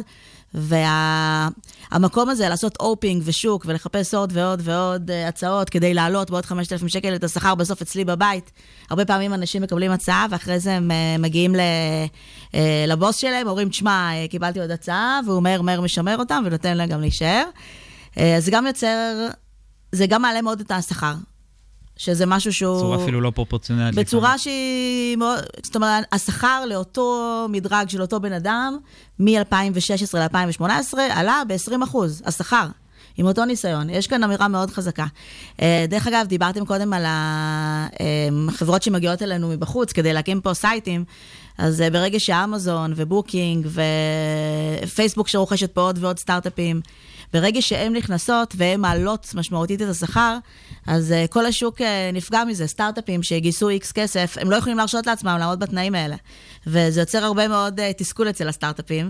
והמקום הזה לעשות אופינג ושוק, ולחפש עוד ועוד ועוד הצעות, כדי לעלות בעוד 5,000 שקל את השכר בסוף אצלי בבית. הרבה פעמים אנשים מקבלים הצעה, ואחרי זה הם מגיעים לבוס שלהם, אומרים, תשמע, קיבלתי עוד הצעה, והוא מהר משמר אותם, ונותן להם גם להישאר. זה גם יוצר, זה גם מעלה מאוד את השכר, שזה משהו שהוא... בצורה אפילו לא פרופורציונלית. בצורה שהיא מאוד... זאת אומרת, השכר לאותו מדרג של אותו בן אדם, מ-2016 ל-2018, עלה ב-20%, השכר, עם אותו ניסיון. יש כאן אמירה מאוד חזקה. דרך אגב, דיברתם קודם על החברות שמגיעות אלינו מבחוץ, כדי להקים פה סייטים, אז ברגע שאמזון ובוקינג ופייסבוק שרוכשת פה עוד ועוד סטארט-אפים, ברגע שהן נכנסות והן מעלות משמעותית את השכר, אז כל השוק נפגע מזה. סטארט-אפים שהגיסו X כסף, הם לא יכולים להרשות לעצמם לעמוד בתנאים האלה. וזה יוצר הרבה מאוד תסכול אצל הסטארט-אפים.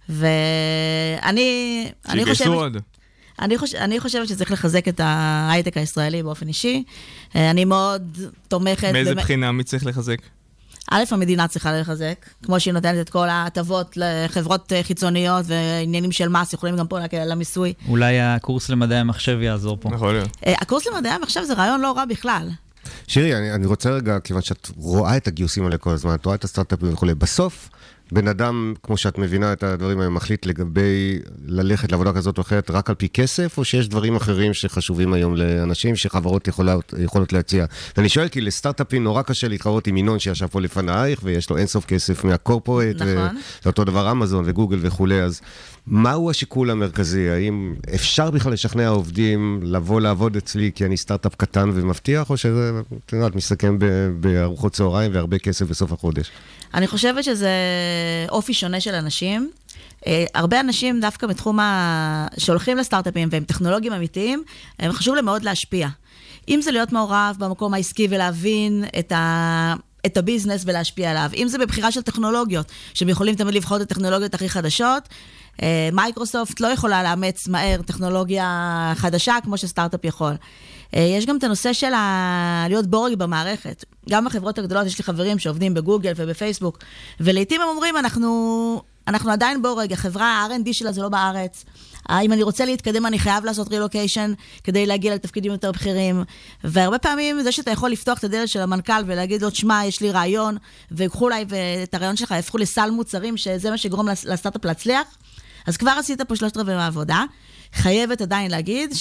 ואני חושבת שצריך לחזק את ההייטק הישראלי באופן אישי. אני מאוד תומכת... מאיזה בחינה מי צריך לחזק? א', המדינה צריכה לחזק, כמו שהיא נותנת את כל ההטבות לחברות חיצוניות ועניינים של מס, יכולים גם פה להקל על המיסוי. אולי הקורס למדעי המחשב יעזור פה. יכול להיות. הקורס למדעי המחשב זה רעיון לא רע בכלל. שירי, אני רוצה רגע, כיוון שאת רואה את הגיוסים האלה כל הזמן, את רואה את הסטארט-אפים וכו'. בסוף, בן אדם, כמו שאת מבינה את הדברים האלה, מחליט לגבי ללכת לעבודה כזאת או אחרת רק על פי כסף, או שיש דברים אחרים שחשובים היום לאנשים, שחברות יכולות להציע. ואני שואל, כי לסטארט-אפים נורא קשה להתחרות עם ינון שישב פה לפנייך, ויש לו אינסוף כסף מהקורפורט, נכון. ואותו דבר אמזון וגוגל וכו'. אז מהו השיקול המרכזי? האם אפשר בכלל לשכנע העובדים לבוא לעבוד אצלי כי אני סטארט-אפ קטן ומבטיח, או שזה, אתה יודע, מסתכם בארוחות צהריים והרבה כסף בסוף החודש? אני חושבת שזה אופי שונה של אנשים. הרבה אנשים דווקא בתחום שהולכים לסטארט-אפים והם טכנולוגיים אמיתיים, הם חשוב להם מאוד להשפיע. אם זה להיות מעורב במקום העסקי ולהבין את הביזנס ולהשפיע עליו. אם זה בבחירה של טכנולוגיות, שהם יכולים תמיד לבחור את הטכנולוגיות הכי חדשות, מייקרוסופט לא יכולה לאמץ מהר טכנולוגיה חדשה כמו שסטארט-אפ יכול. יש גם את הנושא של להיות בורג במערכת. גם בחברות הגדולות יש לי חברים שעובדים בגוגל ובפייסבוק, ולעיתים הם אומרים, אנחנו אנחנו עדיין בו רגע, חברה, ה-R&D שלה זה לא בארץ. אם אני רוצה להתקדם, אני חייב לעשות רילוקיישן כדי להגיע לתפקידים יותר בכירים. והרבה פעמים זה שאתה יכול לפתוח את הדלת של המנכ"ל ולהגיד לו, תשמע, יש לי רעיון, ויקחו אליי ואת הרעיון שלך יפכו לסל מוצרים, שזה מה שגורם לסטארט-אפ להצליח. אז כבר עשית פה 3/4 מהעבודה. חייבת עדיין להגיד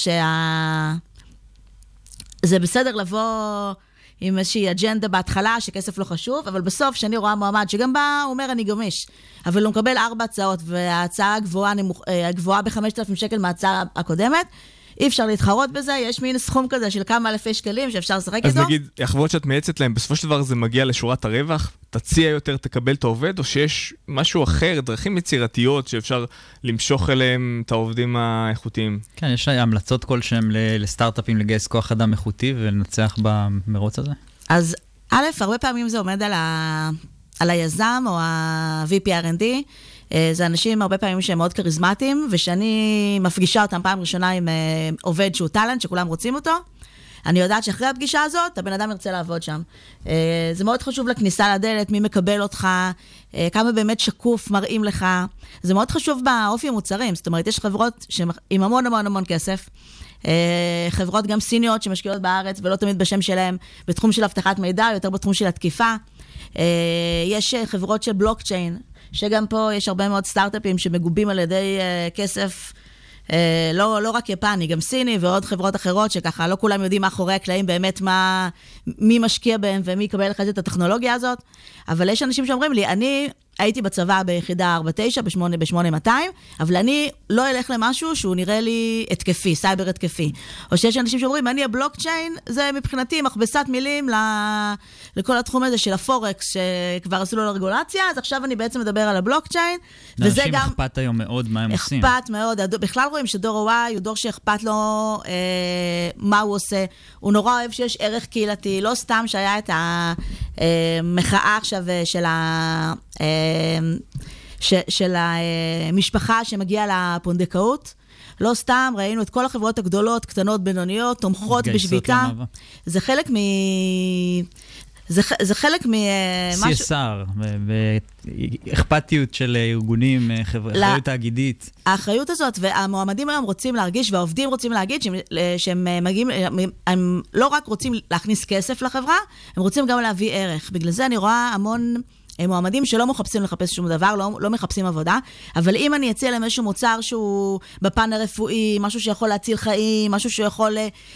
זה בסדר לבוא עם איזושהי אג'נדה בהתחלה, שכסף לא חשוב, אבל בסוף, שאני רואה מועמד, שגם בא, הוא אומר, אני גמיש, אבל הוא מקבל 4 הצעות, וההצעה הגבוהה ב-5,000 שקל מההצעה הקודמת, אי אפשר להתחרות בזה, יש מין סכום כזה של כמה אלפי שקלים שאפשר לשחק איתו. אז נגיד, החברות שאת מייעצת להם, בסופו של דבר זה מגיע לשורת הרווח, תציע יותר, תקבל את העובד, או שיש משהו אחר, דרכים יצירתיות שאפשר למשוך אליהם את העובדים האיכותיים? כן, יש המלצות כלשהם לסטארט-אפים לגייס כוח אדם איכותי ולנצח במרוץ הזה? אז א', הרבה פעמים זה עומד על היזם או ה-VP R&D, זה אנשים הרבה פעמים שהם מאוד קריזמטיים, ושאני מפגישה אותם פעם ראשונה עם עובד שהוא טלנט, שכולם רוצים אותו, אני יודעת שאחרי הפגישה הזאת, הבן אדם ירצה לעבוד שם. זה מאוד חשוב לכניסה לדלת, מי מקבל אותך, כמה באמת שקוף מראים לך. זה מאוד חשוב באופי המוצרים, זאת אומרת, יש חברות עם המון המון המון כסף, חברות גם סיניות שמשקיעות בארץ, ולא תמיד בשם שלהם, בתחום של הבטחת מידע, יותר בתחום של התקיפה. יש חברות של בלוקצ'יין, שגם פה יש הרבה מאוד סטארט-אפים שמגובים על ידי כסף, לא רק יפני, גם סיני ועוד חברות אחרות, שככה לא כולם יודעים מאחורי הקלעים באמת מי משקיע בהם ומי יקבל לך את הטכנולוגיה הזאת, אבל יש אנשים שאומרים לי, אני הייתי בצבא ביחידה 49, ב-8200, אבל אני לא אלך למשהו שהוא נראה לי התקפי, סייבר התקפי. או שיש אנשים שאומרים, אני הבלוקצ'יין, זה מבחינתי מכבסת מילים לכל התחום הזה של הפורקס, שכבר עשו לו לרגולציה, אז עכשיו אני בעצם מדבר על הבלוקצ'יין, וזה גם... אנשים אכפת היום מאוד מה הם עושים. אכפת מאוד, בכלל רואים שדור ה-Y הוא דור שאכפת לו מה הוא עושה, הוא נורא אוהב שיש ערך קהילתי, לא סתם שהיה את המחאה עכשיו של המשפחה שמגיעה לפונדקאות. לא סתם, ראינו את כל החברות הגדולות, קטנות, בינוניות, תומכות בשביתה. זה חלק זה חלק CSR, ואכפתיות של ארגונים, אחריות תאגידית. האחריות הזאת, והמועמדים היום רוצים להרגיש, והעובדים רוצים להגיד, שהם מגיעים, הם לא רק רוצים להכניס כסף לחברה, הם רוצים גם להביא ערך. בגלל זה אני רואה המון מועמדים שלא מחפשים לחפש שום דבר, לא מחפשים עבודה, אבל אם אני אציע להם איזשהו מוצר שהוא בפן הרפואי, משהו שיכול להציל חיים, משהו שיכול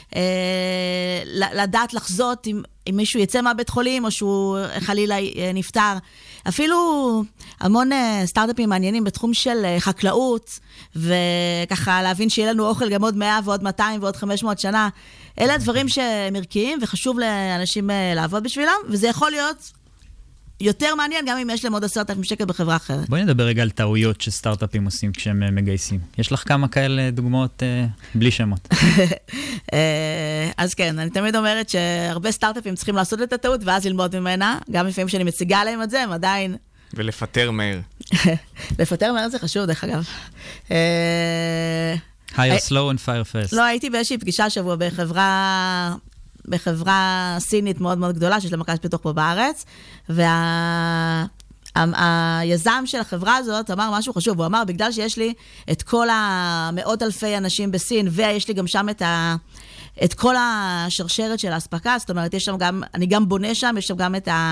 לדעת לחזות אם מישהו יצא מהבית חולים, או שהוא חלילה נפטר. אפילו המון סטארט-אפים מעניינים בתחום של חקלאות, וככה להבין שיהיה לנו אוכל גם עוד 100 ועוד 200 ועוד 500 שנה. אלה הדברים שמרכיים, וחשוב לאנשים לעבוד בשבילם, וזה יכול להיות יותר מעניין, גם אם יש להם עוד 10,000 שקל בחברה אחרת. בואי נדבר רגע על טעויות שסטארט-אפים עושים כשהם מגייסים. יש לך כמה כאלה דוגמאות בלי שמות? אז כן, אני תמיד אומרת שהרבה סטארט-אפים צריכים לעשות את הטעות, ואז ללמוד ממנה. גם לפעמים שאני מציגה להם את זה, הם עדיין... ולפטר מהר. לפטר מהר זה חשוב, דרך אגב. hire slow and fire fast. לא, הייתי באיזושהי פגישה שבוע בחברה סינית מאוד מאוד גדולה, שיש לה מרכז פיתוח פה בארץ, והיזם של החברה הזאת אמר משהו חשוב, הוא אמר, בגלל שיש לי את כל המאות אלפי אנשים בסין, ויש לי גם שם את כל השרשרת של ההספקה, זאת אומרת, יש שם גם, אני גם בונה שם, יש שם גם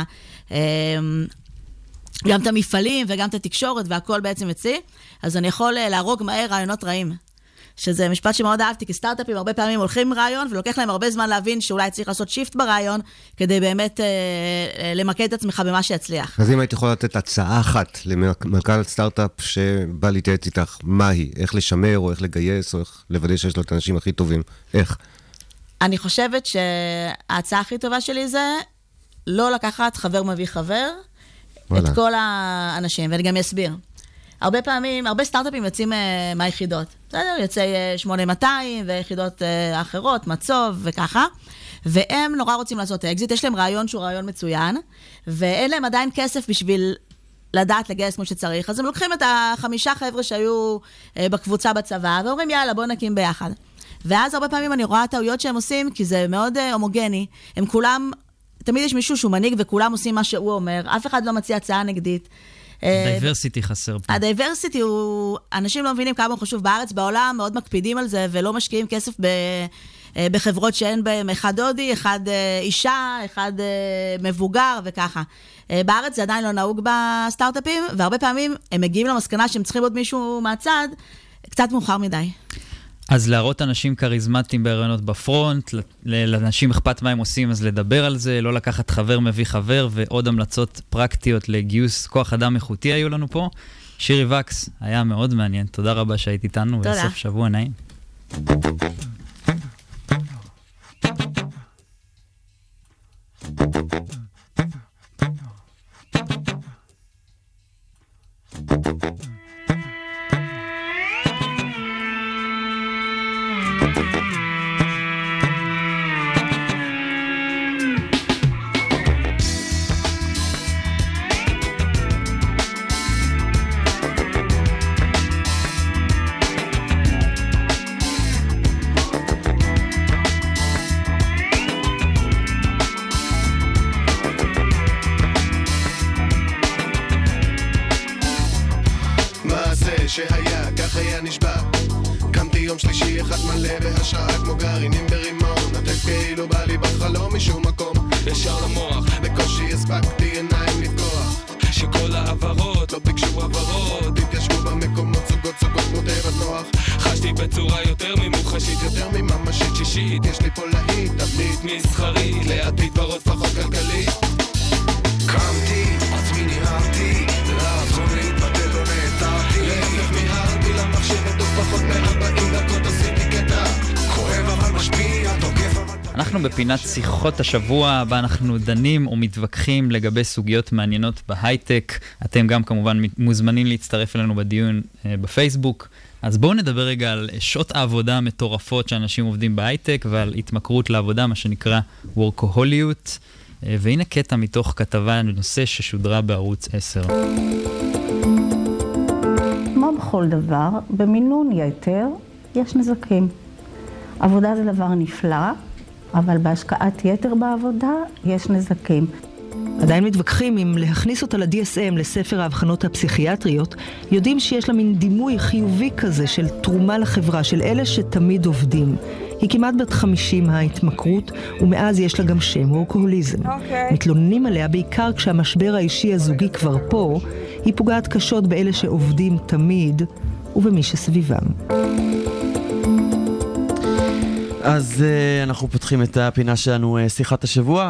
גם את המפעלים וגם את התקשורת, והכל בעצם אצלי, אז אני יכול להרוג מהר רעיונות רעים. שזה משפט שמאוד אהבתי, כי סטארט-אפים הרבה פעמים הולכים עם רעיון, ולוקח להם הרבה זמן להבין שאולי צריך לעשות שיפט ברעיון, כדי באמת למקד את עצמך במה שיצליח. אז אם היית יכולה לתת הצעה אחת למנכ"ל סטארט-אפ שבא להתייעץ איתך, מה היא? איך לשמר, או איך לגייס, או איך לוודא שיש לו את האנשים הכי טובים? איך? אני חושבת שההצעה הכי טובה שלי זה לא לקחת חבר מביא חבר, את כל האנשים, ואני גם אסביר. הרבה פעמים, הרבה סטארט-אפים יוצאים מהיחידות. בסדר? יוצאי 8200 ויחידות אחרות, מצוב וככה. והם נורא רוצים לעשות אקזיט. יש להם רעיון שהוא רעיון מצוין, ואין להם עדיין כסף בשביל לדעת לגייס כמו שצריך. אז הם לוקחים את 5 חבר'ה שהיו בקבוצה בצבא, ואומרים יאללה בוא נקים ביחד. ואז הרבה פעמים אני רואה טעויות שהם עושים, כי זה מאוד הומוגני. הם כולם, תמיד יש מישהו שהוא מנהיג וכולם עושים מה שהוא אומר. אף אחד לא מציע הצעה נגדית. הדייברסיטי חסר פה. הדייברסיטי הוא, אנשים לא מבינים כמה הוא חשוב בארץ, בעולם מאוד מקפידים על זה, ולא משקיעים כסף בחברות שאין בהם אחד הודי, אחד אישה, אחד מבוגר וככה. בארץ זה עדיין לא נהוג בסטארט-אפים, והרבה פעמים הם מגיעים למסקנה שהם צריכים עוד מישהו מהצד, קצת מאוחר מדי. אז להראות אנשים קריזמטיים בהרעיונות בפרונט, לאנשים אכפת מה הם עושים, אז לדבר על זה, לא לקחת חבר מביא חבר, ועוד המלצות פרקטיות לגיוס כוח אדם איכותי היו לנו פה. שירי וקס, היה מאוד מעניין. תודה רבה שהיית איתנו, וסוף שבוע נעים. שהיה, כך היה נשבע. קמתי יום שלישי אחד מלא בהשראה, כמו גרעינים ברימון, נתק כאילו בא לי בחלום משום מקום, ישר למוח, בקושי הספקתי עיניים לפקוח, שכל העברות לא ביקשו עברות, התיישבו במקומות סוגות כמו תיבת נוח. חשתי בצורה יותר ממוחשית, יותר מממשית שישית, יש לי פה להיט, תבנית מסחרית, לעתיד ורוד פחות כלכלית. קמתי, עצמי נראתי, לעזור להתבטל לא נעתרתי, להפך מיהרתי למחשבת עוד פחות מ-40 דקות עשיתי קטע, כואב אבל משפיע, תוקף אבל... אנחנו בפינת שיחות השבוע, בה אנחנו דנים ומתווכחים לגבי סוגיות מעניינות בהייטק. אתם גם כמובן מוזמנים להצטרף אלינו בדיון בפייסבוק. אז בואו נדבר רגע על שעות העבודה המטורפות שאנשים עובדים בהייטק, ועל התמכרות לעבודה, מה שנקרא וורקוהוליות. והנה קטע מתוך כתבה בנושא ששודרה בערוץ 10. כמו בכל דבר, במינון יתר יש נזקים. עבודה זה דבר נפלא, אבל בהשקעת יתר בעבודה יש נזקים. עדיין מתווכחים אם להכניס אותה ל-DSM, לספר ההבחנות הפסיכיאטריות, יודעים שיש לה מין דימוי חיובי כזה של תרומה לחברה, של אלה שתמיד עובדים. היא כמעט בת 50 ההתמכרות, ומאז יש לה גם שם, וורקוהוליזם. מתלוננים עליה בעיקר כשהמשבר האישי הזוגי כבר פה, היא פוגעת קשות באלה שעובדים תמיד, ובמי שסביבם. אז אנחנו פותחים את הפינה שלנו, שיחת השבוע.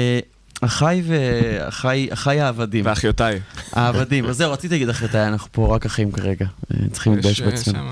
אחי העבדים. ואחיותיי. העבדים. אז זהו, רציתי להגיד אחיותיי, אנחנו פה רק אחים כרגע. צריכים להתבייש בעצמנו.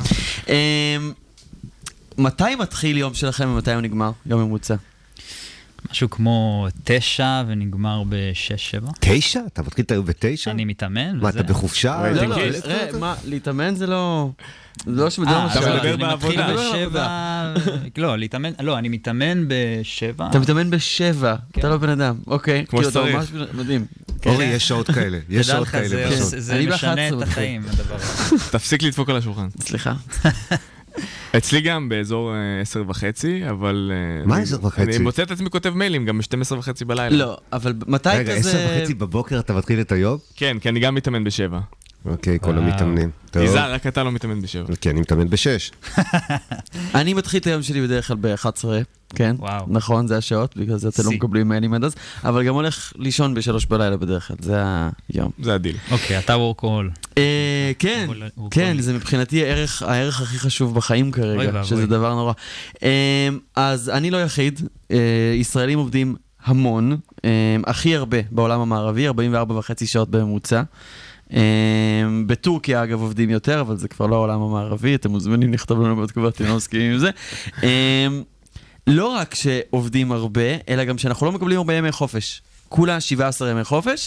מתי מתחיל יום שלכם ומתי הוא נגמר? יום ממוצע. משהו כמו 9 ונגמר ב-6-7. 9? אתה מתחיל את היום ב-9? אני מתאמן. מה, אתה בחופשה? לא, מה, להתאמן זה לא... לא שזה לא משהו. אתה מדבר בעבודה. לא, להתאמן, לא, אני מתאמן ב-7. אתה מתאמן ב-7, אתה לא בן אדם. אוקיי. כמו שצריך. מדהים. אורי, יש שעות כאלה. יש שעות כאלה. זה משנה את החיים, הדבר הזה. תפסיק לדפוק על השולחן. סליחה. אצלי גם באזור 10:30, אבל... מה 10:30? אני מוצא את עצמי כותב מיילים גם ב-12:30 בלילה. לא, אבל מתי כזה... רגע, 10:30 בבוקר אתה מתחיל את היום? כן, כי אני גם מתאמן ב-7. אוקיי, כל המתאמנים. יזהר, רק אתה לא מתאמן ב-7. כן, אני מתאמן ב-6. אני מתחיל את היום שלי בדרך כלל ב-11, כן? נכון, זה השעות, בגלל זה אתם לא מקבלים מיילים עד אז, אבל גם הולך לישון ב-3 בלילה בדרך כלל, זה היום. זה הדיל. אוקיי, אתה וורקוהול. כן, כן, זה מבחינתי הערך הכי חשוב בחיים כרגע, שזה דבר נורא. אז אני לא יחיד, ישראלים עובדים המון, הכי הרבה בעולם המערבי, 44.5 שעות בממוצע. בטורקיה אגב עובדים יותר, אבל זה כבר לא העולם המערבי, אתם מוזמנים לכתוב לנו בתגובות, אתם לא מסכימים עם זה. לא רק שעובדים הרבה, אלא גם שאנחנו לא מקבלים הרבה ימי חופש. כולה 17 ימי חופש,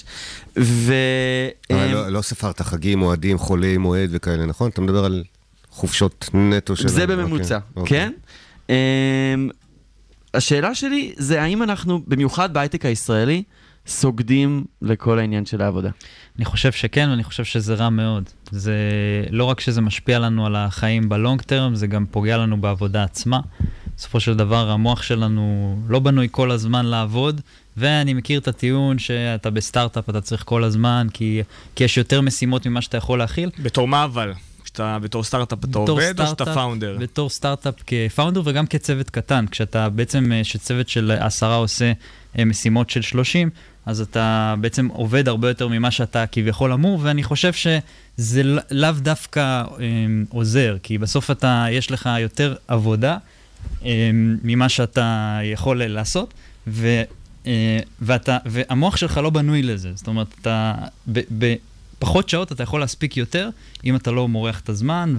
לא ספרת חגים, מועדים, חולי מועד וכאלה, נכון? אתה מדבר על חופשות נטו שלנו. זה בממוצע, כן? השאלה שלי זה האם אנחנו, במיוחד בהייטק הישראלי, סוגדים לכל העניין של העבודה. אני חושב שכן, ואני חושב שזה רע מאוד. זה לא רק שזה משפיע לנו על החיים בלונג טרם, זה גם פוגע לנו בעבודה עצמה. בסופו של דבר, המוח שלנו לא בנוי כל הזמן לעבוד, ואני מכיר את הטיעון שאתה בסטארט-אפ, אתה צריך כל הזמן, כי יש יותר משימות ממה שאתה יכול להכיל. בתור מה אבל? כשאתה בתור סטארט-אפ אתה עובד או שאתה פאונדר? בתור סטארט-אפ כפאונדר וגם כצוות קטן. כשאתה בעצם, שצוות של 10 עושה משימות של 30, אז אתה בעצם עובד הרבה יותר ממה שאתה כביכול אמור, ואני חושב שזה לאו דווקא עוזר, כי בסוף יש לך יותר עבודה ממה שאתה יכול לעשות, והמוח שלך לא בנוי לזה. זאת אומרת, בפחות שעות אתה יכול להספיק יותר, אם אתה לא מורח את הזמן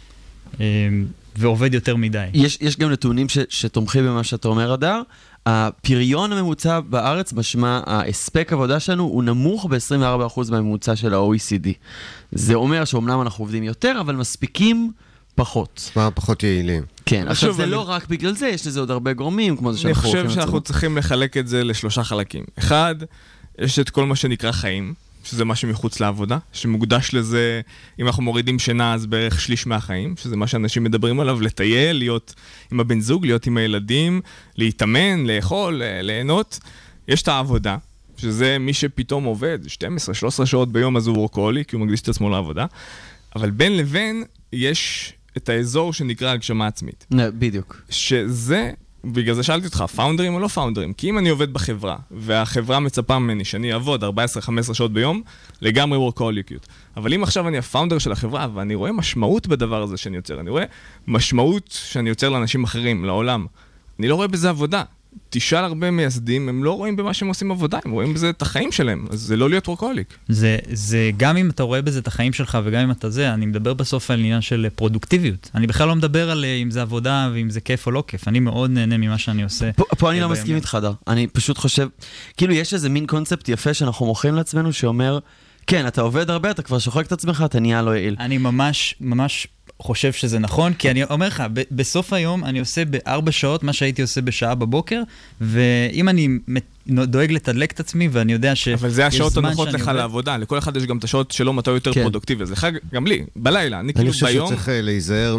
ועובד יותר מדי. יש גם נתונים שתומכים במה שאתה אומר, אדר. הפריון הממוצע בארץ, משמע ההספק עבודה שלנו, הוא נמוך ב-24% מהממוצע של ה-OECD. זה אומר שאומנם אנחנו עובדים יותר, אבל מספיקים פחות. פחות יעילים. כן, עכשיו זה לא רק בגלל זה, יש לזה עוד הרבה גורמים, כמו זה שאנחנו אני חושב שאנחנו צריכים לחלק את זה ל3 חלקים. אחד, יש את כל מה שנקרא חיים, שזה מה שמחוץ לעבודה, שמוקדש לזה, אם אנחנו מורידים שינה, אז בערך שליש מהחיים, שזה מה שאנשים מדברים עליו, לטייל, להיות עם הבן זוג, להיות עם הילדים, להתאמן, לאכול, ליהנות. יש את העבודה, שזה מי שפתאום עובד 12-13 שעות ביום, אז הוא וורקוהוליק, כי הוא מקדיש את עצמו לעבודה. אבל בין לבין, יש את האזור שנקרא הגשמה עצמית. בדיוק. שזה... בגלל זה שאלתי אותך, פאונדרים או לא פאונדרים? כי אם אני עובד בחברה, והחברה מצפה ממני שאני אעבוד 14-15 שעות ביום, לגמרי וורקהוליקיות. אבל אם עכשיו אני הפאונדר של החברה, ואני רואה משמעות בדבר הזה שאני יוצר, אני רואה משמעות שאני יוצר לאנשים אחרים, לעולם, אני לא רואה בזה עבודה. תשאל הרבה מייסדים, הם לא רואים במה שהם עושים עבודה, הם רואים בזה את החיים שלהם, אז זה לא להיות וורקהוליק. זה גם אם אתה רואה בזה את החיים שלך, וגם אם אתה זה, אני מדבר בסוף על עניין של פרודוקטיביות. אני בכלל לא מדבר על אם זה עבודה, ואם זה כיף או לא כיף. אני מאוד נהנה ממה שאני עושה. פה אני לא מסכים איתך, דר. אני פשוט חושב, כאילו יש איזה מין קונספט יפה שאנחנו מוכרים לעצמנו, שאומר, כן, אתה עובד הרבה, אתה כבר שוחק את עצמך, אתה נהיה לא יעיל. אני ממש חושב שזה נכון, כי אני אומר לך, בסוף היום אני עושה ב4 שעות מה שהייתי עושה בשעה בבוקר, ואם אני דואג לתדלק את עצמי, ואני יודע שיש זמן שאני עובד... אבל זה השעות הנוחות לך לעבודה, לכל אחד יש גם את השעות שלו מתי יותר פרודוקטיבי, אז לך גם לי, בלילה, אני כאילו ביום... אני חושב שצריך להיזהר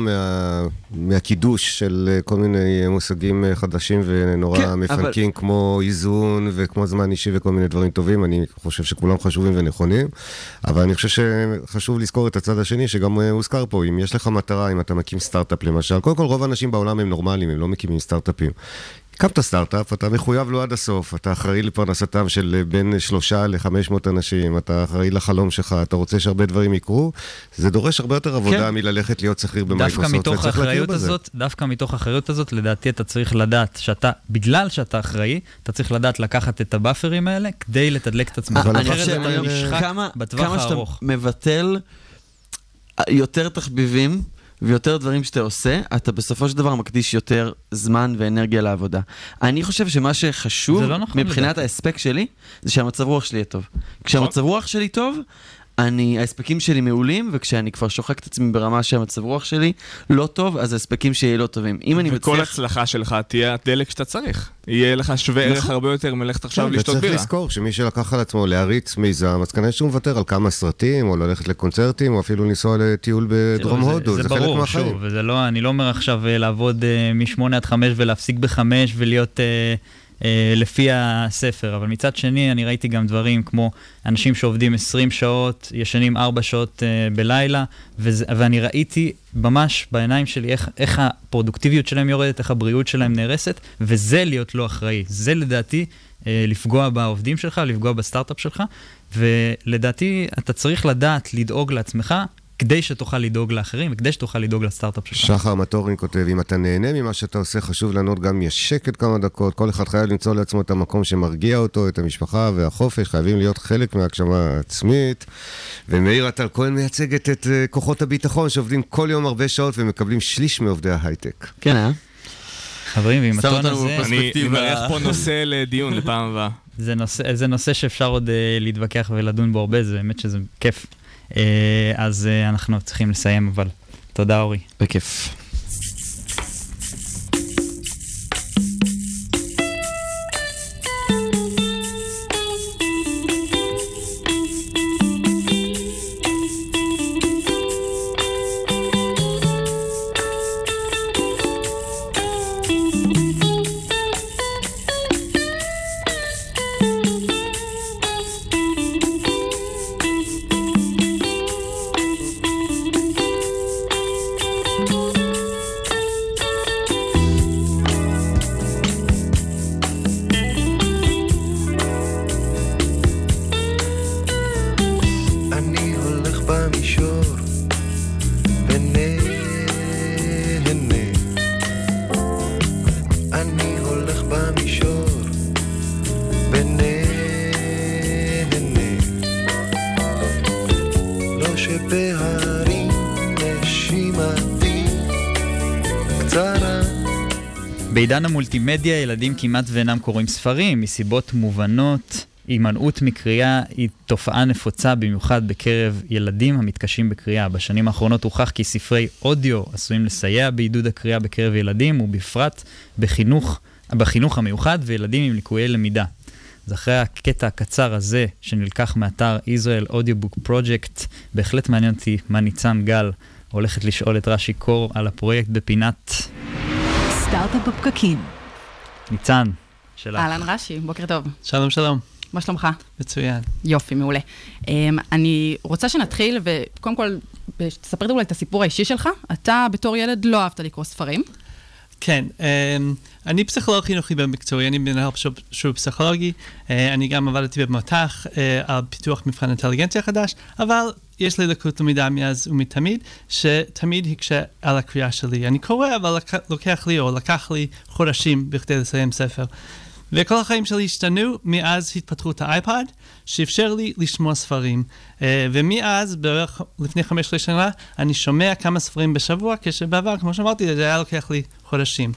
מהקידוש של כל מיני מושגים חדשים ונורא מפנקים, כמו איזון וכמו זמן אישי וכל מיני דברים טובים, אני חושב שכולם חשובים ונכונים, אבל אני חושב שחשוב לזכור את הצד השני, שגם הוזכר פה, אם יש לך מטרה, אם אתה מקים סטארט-אפ למשל, קודם כל רוב האנשים בעולם הם נורמליים, הם לא מקימים סטארט-אפים. קמת סטארט-אפ, אתה מחויב לו עד הסוף, אתה אחראי לפרנסתם של בין 3 ל-500 אנשים, אתה אחראי לחלום שלך, אתה רוצה שהרבה דברים יקרו, זה דורש הרבה יותר עבודה מללכת להיות שכיר במייקרוסופט, וצריך להכיר בזה. דווקא מתוך האחריות הזאת, לדעתי אתה צריך לדעת שאתה, בגלל שאתה אחראי, אתה צריך לדעת לקחת את הבאפרים האלה, כדי לתדלק את עצמך. אני חושב, כמה שאתה מבטל יותר תחביבים, ויותר דברים שאתה עושה, אתה בסופו של דבר מקדיש יותר זמן ואנרגיה לעבודה. אני חושב שמה שחשוב מבחינת ההספק שלי, זה שהמצב רוח שלי יהיה טוב. כשהמצב רוח שלי טוב, ההספקים שלי מעולים, וכשאני כבר שוחק את עצמי ברמה שהמצב רוח שלי לא טוב, אז ההספקים שלי לא טובים. וכל הצלחה שלך תהיה הדלק שאתה צריך. יהיה לך שווה ערך הרבה יותר מלכת עכשיו לשתות בירה. וצריך לזכור שמי שלקח על עצמו להריץ מיזם, אז כנראה שהוא מוותר על כמה סרטים, או ללכת לקונצרטים, או אפילו לנסוע לטיול בדרום הודו. זה חלק מהחיים. אני לא אומר עכשיו לעבוד מ-8 עד 5 ולהפסיק ב-5 ולהיות... לפי הספר, אבל מצד שני אני ראיתי גם דברים כמו אנשים שעובדים 20 שעות, ישנים 4 שעות בלילה, ואני ראיתי ממש בעיניים שלי איך הפרודוקטיביות שלהם יורדת, איך הבריאות שלהם נהרסת, וזה להיות לא אחראי. זה לדעתי לפגוע בעובדים שלך, לפגוע בסטארט-אפ שלך, ולדעתי אתה צריך לדעת לדאוג לעצמך, כדי שתוכל לדאוג לאחרים, וכדי שתוכל לדאוג לסטארט-אפ שלך. שחר מטורין כותב, אם אתה נהנה ממה שאתה עושה, חשוב לענות גם יש שקט כמה דקות, כל אחד חייב למצוא לעצמו את המקום שמרגיע אותו, את המשפחה והחופש, חייבים להיות חלק מהגשמה עצמית, ומאיר אטל כהן מייצגת את כוחות הביטחון, שעובדים כל יום הרבה שעות, ומקבלים שליש מעובדי ההייטק. כן, חברים, ועם הטון הזה... אני מערך פה נושא לדיון לפעם הבאה. זה נושא שאפשר עוד להתווכח ולדון בו הרבה, זה באמת שזה כיף. אז אנחנו צריכים לסיים, אבל תודה אורי. בכיף. בעידן המולטימדיה ילדים כמעט ואינם קוראים ספרים, מסיבות מובנות. הימנעות מקריאה היא תופעה נפוצה במיוחד בקרב ילדים המתקשים בקריאה. בשנים האחרונות הוכח כי ספרי אודיו עשויים לסייע בעידוד הקריאה בקרב ילדים, ובפרט בחינוך המיוחד וילדים עם ליקויי למידה. אז אחרי הקטע הקצר הזה שנלקח מאתר Israel Audiobook Project, בהחלט מעניין אותי מה ניצן גל הולכת לשאול את רש"י קור על הפרויקט בפינת סטארט-אפ בפקקים. ניצן, שלך. אהלן רש"י, בוקר טוב. שלום שלום. מה שלומך? מצוין. יופי, מעולה. אני רוצה שנתחיל, וקודם כל, תספר אולי את הסיפור האישי שלך. אתה בתור ילד לא אהבת לקרוא ספרים. כן, אני פסיכולוג חינוכי במקצועי, אני מנהל שיעור פסיכולוגי, אני גם עבדתי במתח על פיתוח מבחן אינטליגנציה חדש, אבל יש לי לקות למידה מאז ומתמיד, שתמיד הקשה על הקריאה שלי. אני קורא, אבל לקח לי חודשים בכדי לסיים ספר. וכל החיים שלי השתנו מאז התפתחות האייפד, שאפשר לי לשמוע ספרים. ומאז, בערך לפני 15 שנה, אני שומע כמה ספרים בשבוע, כשבעבר, כמו שאמרתי, זה היה לוקח לי חודשים.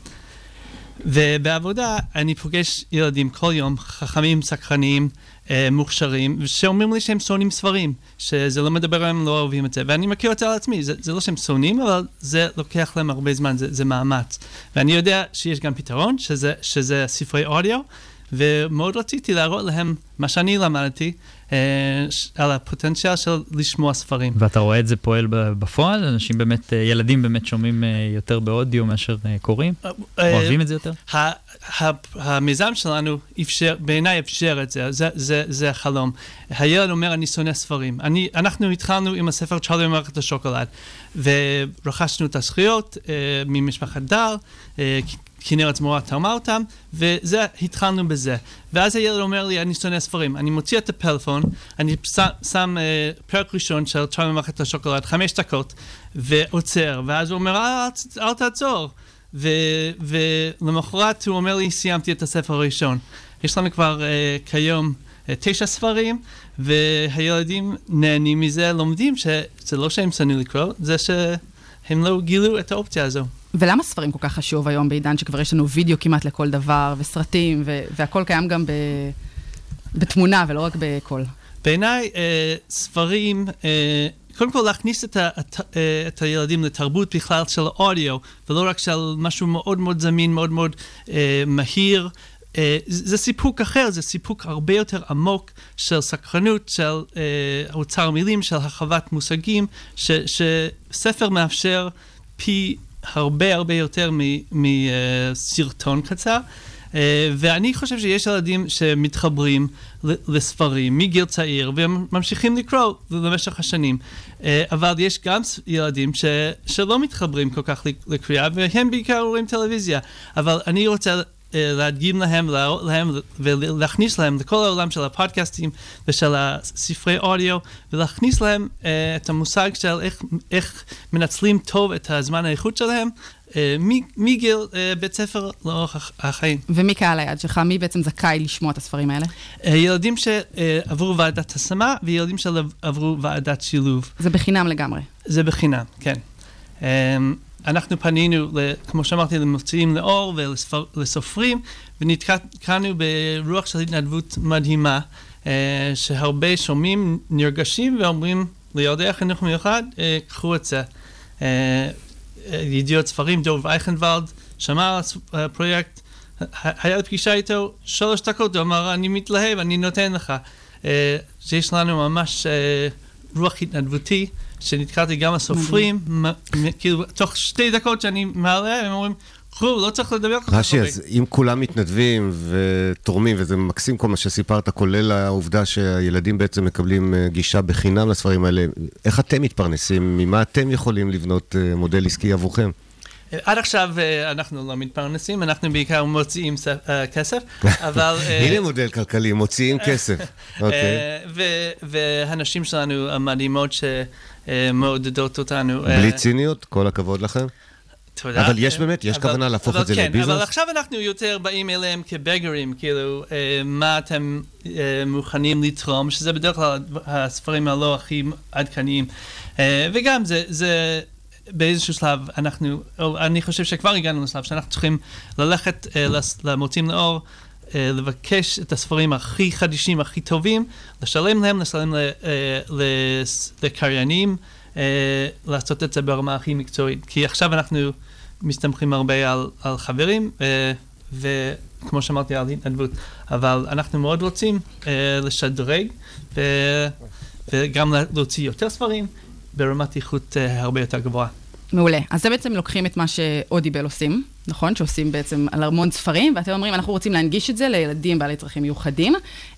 ובעבודה אני פוגש ילדים כל יום, חכמים, סקרניים, מוכשרים, שאומרים לי שהם שונאים ספרים, שזה לא מדבר עליהם, לא אוהבים את זה. ואני מכיר את זה על עצמי, זה לא שהם שונאים, אבל זה לוקח להם הרבה זמן, זה מאמץ. ואני יודע שיש גם פתרון, שזה ספרי אודיו, ומאוד רציתי להראות להם מה שאני למדתי, על הפוטנציאל של לשמוע ספרים. ואתה רואה את זה פועל בפועל? אנשים באמת, ילדים באמת שומעים יותר באודיו מאשר קוראים? אוהבים את זה יותר? המיזם שלנו בעיניי אפשר את זה, זה החלום. הילד אומר, אני שונא ספרים. אנחנו התחלנו עם הספר צ'ארלי ומלכת השוקולד, ורכשנו את הזכויות ממשפחת דל, כנרת זמורה תרמה אותם, והתחלנו בזה. ואז הילד אומר לי, אני שונא ספרים. אני מוציא את הפלאפון, אני שם פרק ראשון של צ'ארלי ומלכת השוקולד, 5 דקות, ועוצר. ואז הוא אומר, אל תעצור. ולמחרת הוא אומר לי, סיימתי את הספר הראשון. יש לנו כבר כיום 9 ספרים, והילדים נהנים מזה, לומדים שזה לא שהם שנאו לקרוא, זה שהם לא גילו את האופציה הזו. ולמה ספרים כל כך חשוב היום בעידן שכבר יש לנו וידאו כמעט לכל דבר, וסרטים, והכל קיים גם בתמונה ולא רק בקול? בעיניי, ספרים, קודם כל להכניס את הילדים לתרבות בכלל של אודיו, ולא רק של משהו מאוד מאוד זמין, מאוד מאוד מהיר. זה סיפוק אחר, זה סיפוק הרבה יותר עמוק של סקרנות, של אוצר מילים, של הרחבת מושגים, שספר מאפשר פי הרבה הרבה יותר מסרטון קצר. ואני חושב שיש ילדים שמתחברים לספרים מגיל צעיר והם ממשיכים לקרוא במשך השנים. אבל יש גם ילדים שלא מתחברים כל כך לקריאה והם בעיקר רואים טלוויזיה. אבל אני רוצה להדגים להם, להראות להם ולהכניס להם לכל העולם של הפודקאסטים ושל הספרי אודיו ולהכניס להם את המושג של איך מנצלים טוב את הזמן האיכות שלהם מגיל בית ספר לאורך החיים. ומי קהל היעד שלך? מי בעצם זכאי לשמוע את הספרים האלה? ילדים שעברו ועדת השמה וילדים שעברו ועדת שילוב. זה בחינם לגמרי? זה בחינם, כן. אנחנו פנינו, כמו שאמרתי, למוציאים לאור ולסופרים, ונתקענו ברוח של התנדבות מדהימה, שהרבה שומעים, נרגשים ואומרים לילדי החינוך מיוחד, קחו את זה. ידיעות ספרים, דוב אייכנוולד, שמע על הפרויקט, היה לפגישה איתו 3 דקות, הוא אמר, אני מתלהב, אני נותן לך. שיש לנו ממש רוח התנדבותי, שנתקעתי גם הסופרים, כאילו, תוך 2 דקות שאני מעלה, הם אומרים, לא צריך לדבר כל כך הרבה. רש"י, אז אם כולם מתנדבים ותורמים, וזה מקסים כל מה שסיפרת, כולל העובדה שהילדים בעצם מקבלים גישה בחינם לספרים האלה, איך אתם מתפרנסים? ממה אתם יכולים לבנות מודל עסקי עבורכם? עד עכשיו אנחנו לא מתפרנסים, אנחנו בעיקר מוציאים כסף, אבל... הנה מודל כלכלי, מוציאים כסף. והנשים שלנו המדהימות שמעודדות אותנו. בלי ציניות, כל הכבוד לכם. תודה. אבל יש באמת, יש כוונה להפוך את זה לביזנס? אבל עכשיו אנחנו יותר באים אליהם כבגרים, כאילו, מה אתם מוכנים לתרום, שזה בדרך כלל הספרים הלא הכי עדכניים. וגם זה באיזשהו שלב אני חושב שכבר הגענו לשלב שאנחנו צריכים ללכת למוציאים לאור, לבקש את הספרים הכי חדישים, הכי טובים, לשלם לקריינים, לעשות את זה ברמה הכי מקצועית. כי עכשיו אנחנו מסתמכים הרבה על חברים, וכמו שאמרתי על התנדבות, אבל אנחנו מאוד רוצים לשדרג, וגם להוציא יותר ספרים ברמת איכות הרבה יותר גבוהה. מעולה. אז זה בעצם לוקחים את מה שאודיבל עושים, נכון? שעושים בעצם על המון ספרים, ואתם אומרים, אנחנו רוצים להנגיש את זה לילדים בעלי צרכים מיוחדים,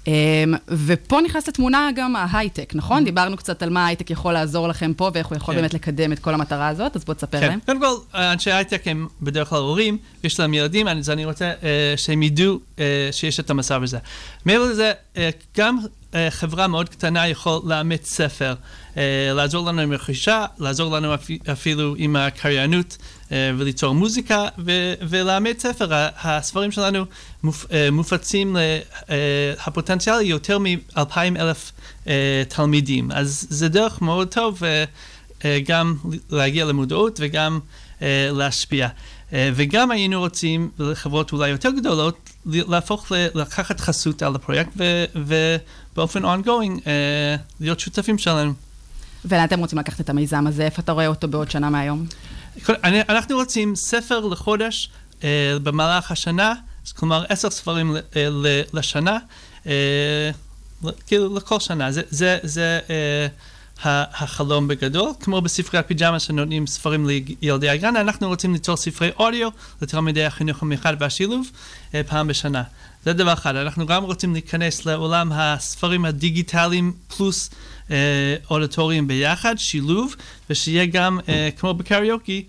ופה נכנס לתמונה גם ההייטק, נכון? דיברנו קצת על מה ההייטק יכול לעזור לכם פה, ואיך הוא יכול באמת לקדם את כל המטרה הזאת, אז בוא תספר להם. קודם כל, אנשי ההייטק הם בדרך כלל הורים, יש להם ילדים, אז אני רוצה שהם ידעו שיש את המסע הזה. מעבר לזה, גם חברה מאוד קטנה יכול לאמץ ספר, לעזור לנו עם רכישה, לעזור לנו אפילו עם הקריינות וליצור מוזיקה ולאמץ ספר. הספרים שלנו מופצים הפוטנציאלי יותר מ-2,000 תלמידים. אז זה דרך מאוד טוב גם להגיע למודעות וגם להשפיע. וגם היינו רוצים לחברות אולי יותר גדולות לקחת חסות על הפרויקט ובאופן ongoing להיות שותפים שלנו. ולאן אתם רוצים לקחת את המיזם הזה? איפה אתה רואה אותו בעוד שנה מהיום? אנחנו רוצים ספר לחודש במהלך השנה, כלומר 10 ספרים לשנה, כאילו לכל שנה. זה החלום בגדול, כמו בספרי הפיג'מה שנותנים ספרים לילדי הגן, אנחנו רוצים ליצור ספרי אודיו לתלמידי החינוך המיוחד והשילוב פעם בשנה. זה דבר אחד. אנחנו גם רוצים להיכנס לעולם הספרים הדיגיטליים פלוס אודיטוריים ביחד, שילוב, ושיהיה גם, כמו בקריוקי,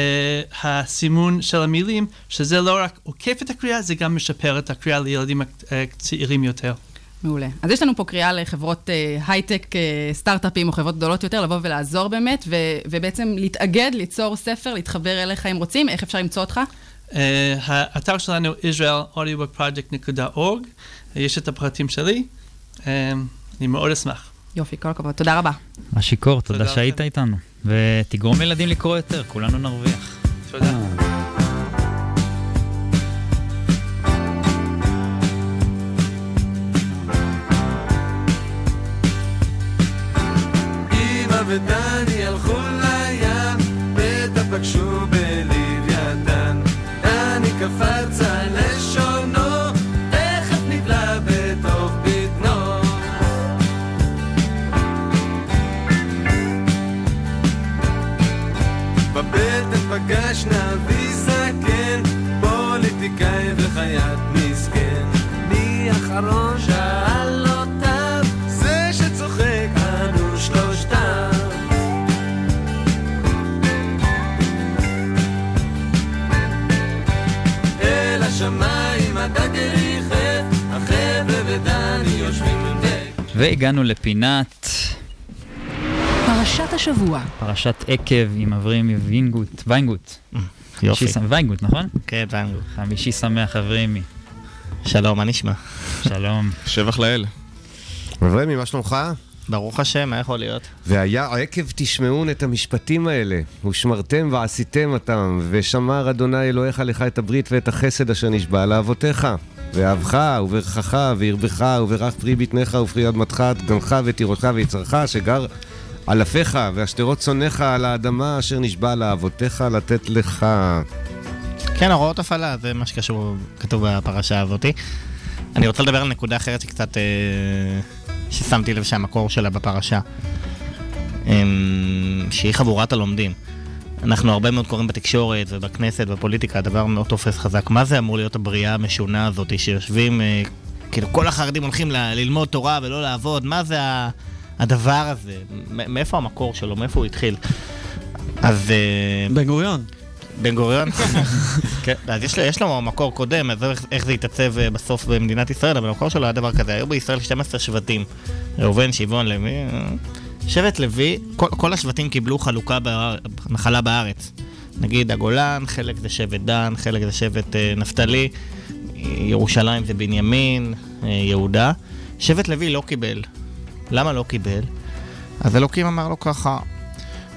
הסימון של המילים, שזה לא רק עוקף את הקריאה, זה גם משפר את הקריאה לילדים צעירים יותר. מעולה. אז יש לנו פה קריאה לחברות הייטק, סטארט-אפים או חברות גדולות יותר, לבוא ולעזור באמת, ובעצם להתאגד, ליצור ספר, להתחבר אליך אם רוצים. איך אפשר למצוא אותך? האתר שלנו israelaudiobookproject.org, יש את הפרטים שלי, אני מאוד אשמח. יופי, כל הכבוד. תודה רבה. השיקור, תודה שהיית איתנו. ותגרום לילדים לקרוא יותר, כולנו נרוויח. תודה. ודני הלכו לים, ותפגשו בלוויתן. דני קפץ על לשונו, תכף נבלע בתוך בטנו. בבטן פגש נביא זקן, פוליטיקאי וחייט מסכן. מי אחרון שאל אותם, זה שצוחק אנו שלושתם. השמיים הדגל יחד, החבר'ה ודני יושבים עם דק. והגענו לפינת פרשת השבוע. פרשת עקב עם אברהמי ויינגוט. יופי. ויינגוט, נכון? כן, ויינגוט. חמישי שמח אברהמי. שלום, מה נשמע? שלום. שבח לאל. אברהמי, מה שלומך? ברוך השם, מה יכול להיות? והיה עקב תשמעון את המשפטים האלה, ושמרתם ועשיתם אותם, ושמר אדוני אלוהיך לך את הברית ואת החסד אשר נשבע לאבותיך, ואהבך וברכך וירבך וברך פרי בטנך ופרי אדמתך, גנך ותירושך ויצרך, שגר על אפיך והשתרות צונך על האדמה אשר נשבע לאבותיך לתת לך. כן, הוראות הפעלה, זה מה שקשור, כתוב בפרשה הזאתי. אני רוצה לדבר על נקודה אחרת שקצת... ששמתי לב שהמקור שלה בפרשה, שהיא חבורת הלומדים. אנחנו הרבה מאוד קוראים בתקשורת ובכנסת ובפוליטיקה, הדבר מאוד תופס חזק. מה זה אמור להיות הבריאה המשונה הזאת שיושבים, כאילו כל החרדים הולכים ללמוד תורה ולא לעבוד? מה זה הדבר הזה? מאיפה המקור שלו? מאיפה הוא התחיל? אז... בן גוריון. בן גוריון? כן. אז יש לו מקור קודם, אז איך זה יתעצב בסוף במדינת ישראל, אבל המקור שלו היה דבר כזה. היו בישראל 12 שבטים, ראובן, שמעון, לוי. שבט לוי, כל השבטים קיבלו חלוקה נחלה בארץ. נגיד הגולן, חלק זה שבט דן, חלק זה שבט נפתלי, ירושלים זה בנימין, יהודה. שבט לוי לא קיבל. למה לא קיבל? אז אלוקים אמר לו ככה,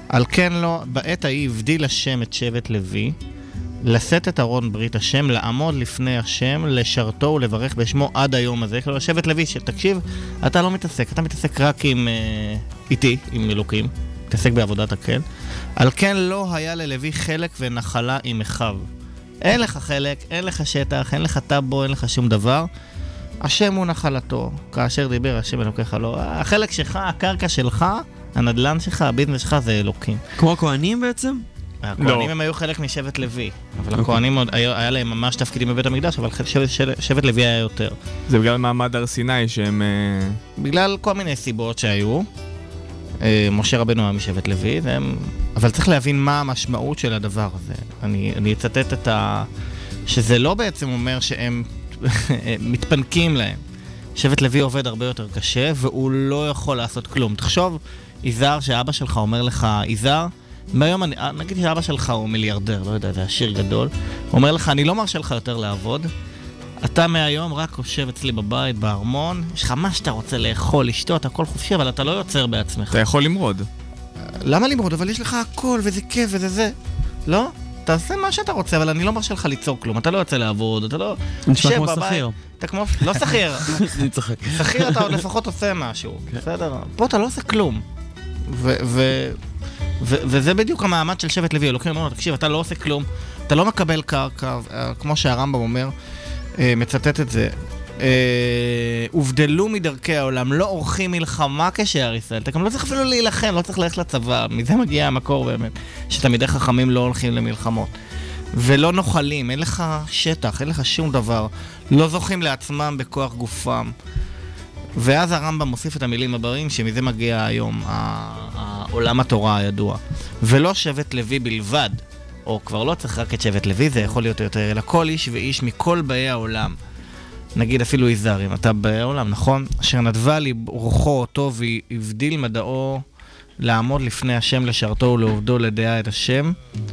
על כן לא, בעת ההיא הבדיל השם את שבט לוי, לשאת את ארון ברית השם, לעמוד לפני השם, לשרתו ולברך בשמו עד היום הזה. כלומר, שבט לוי, שתקשיב, אתה לא מתעסק, אתה מתעסק רק עם איתי, עם אלוקים, מתעסק בעבודת הקהל. על כן לא היה ללוי חלק ונחלה עם אחיו. אין לך חלק, אין לך שטח, אין לך טאבו, אין לך שום דבר. השם הוא נחלתו, כאשר דיבר השם אלוקיך לו. החלק שלך, הקרקע שלך, הנדלן שלך, הביזנס שלך זה אלוקים. כמו הכהנים בעצם? הכהנים הם היו חלק משבט לוי, אבל הכהנים היה להם ממש תפקידים בבית המקדש, אבל שבט לוי היה יותר. זה בגלל מעמד הר סיני שהם... בגלל כל מיני סיבות שהיו. משה רבנו היה משבט לוי, אבל צריך להבין מה המשמעות של הדבר הזה. אני אצטט את שזה לא בעצם אומר שהם מתפנקים להם. שבט לוי עובד הרבה יותר קשה, והוא לא יכול לעשות כלום. תחשוב, איזר, שאבא שלך אומר לך, איזר, מהיום, נגיד שאבא שלך הוא מיליארדר, לא יודע, זה עשיר גדול, הוא אומר לך, אני לא מרשה לך יותר לעבוד, אתה מהיום רק חושב אצלי בבית, בארמון, יש לך מה שאתה רוצה לאכול, לשתות, הכל חופשי, אבל אתה לא יוצר בעצמך. אתה יכול למרוד. למה למרוד? אבל יש לך הכל, וזה כיף, וזה זה. לא? תעשה מה שאתה רוצה, אבל אני לא מרשה לך ליצור כלום, אתה לא יוצא לעבוד, אתה לא... נשמע כמו שכיר. אתה כמו... לא שכיר. אני צוחק. שכיר אתה עוד לפחות עושה משהו, בסדר? פה אתה לא עושה כלום. וזה בדיוק המעמד של שבט לוי. אלוקים אומר, תקשיב, אתה לא עושה כלום, אתה לא מקבל קרקע, כמו שהרמב"ם אומר, מצטט את זה, הובדלו מדרכי העולם, לא עורכים מלחמה כשאר ישראל, אתה גם לא צריך אפילו להילחם, לא צריך ללכת לצבא, מזה מגיע המקור באמת, שתלמידי חכמים לא הולכים למלחמות, ולא נוחלים, אין לך שטח, אין לך שום דבר, לא זוכים לעצמם בכוח גופם. ואז הרמב"ם מוסיף את המילים הבאים, שמזה מגיע היום עולם התורה הידוע. ולא שבט לוי בלבד, או כבר לא צריך רק את שבט לוי, זה יכול להיות יותר, אלא כל איש ואיש מכל באי העולם. נגיד אפילו איזרים, אתה באי העולם, נכון? אשר נדבה לי רוחו אותו והבדיל מדעו לעמוד לפני השם לשרתו ולעובדו לדעה את השם,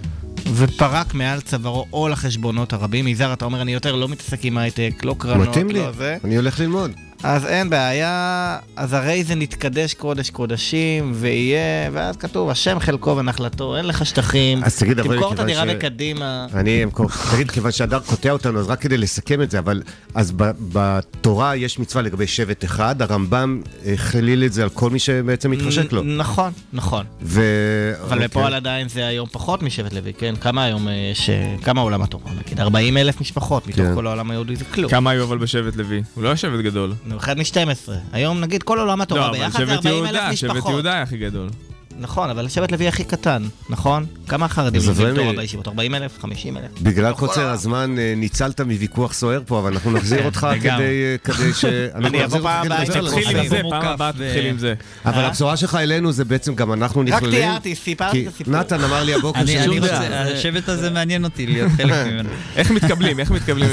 ופרק מעל צווארו או לחשבונות הרבים. איזר, אתה אומר, אני יותר לא מתעסק עם הייטק, לא קרנות, לא זה. אני הולך ללמוד. אז אין בעיה, אז הרי זה נתקדש קודש קודשים, ויהיה, ואז כתוב, השם חלקו ונחלתו, אין לך שטחים, אז תגיד, תמכור את הדירה בקדימה. תגיד, כיוון שהדר קוטע אותנו, אז רק כדי לסכם את זה, אבל אז בתורה יש מצווה לגבי שבט אחד, הרמב"ם חליל את זה על כל מי שבעצם מתחשק לו. נכון, נכון. אבל בפועל עדיין זה היום פחות משבט לוי, כן? כמה היום יש, כמה עולם התורה? נגיד 40,000 משפחות, מתוך כל העולם היהודי זה כלום. כמה היו אבל בשבט לוי? הוא לא היה שבט גדול. אחד מ-12. היום נגיד כל עולם התורה ביחד זה 40,000 משפחות. שבט יהודה הכי גדול. נכון, אבל שבט לוי הכי קטן, נכון? כמה חרדים לומדים תורה בישיבות? 40,000? 50,000? בגלל קוצר הזמן ניצלת מוויכוח סוער פה, אבל אנחנו נחזיר אותך כדי ש... אני אבוא פעם הבאה, פעם הבאה תתחיל עם זה. אבל הבשורה שלך אלינו זה בעצם גם אנחנו נכללים. רק תיארתי, סיפרתי את הסיפור. נתן אמר לי הבוקר השבט הזה מעניין אותי להיות חלק ממנו. איך מתקבלים? איך מתקבלים?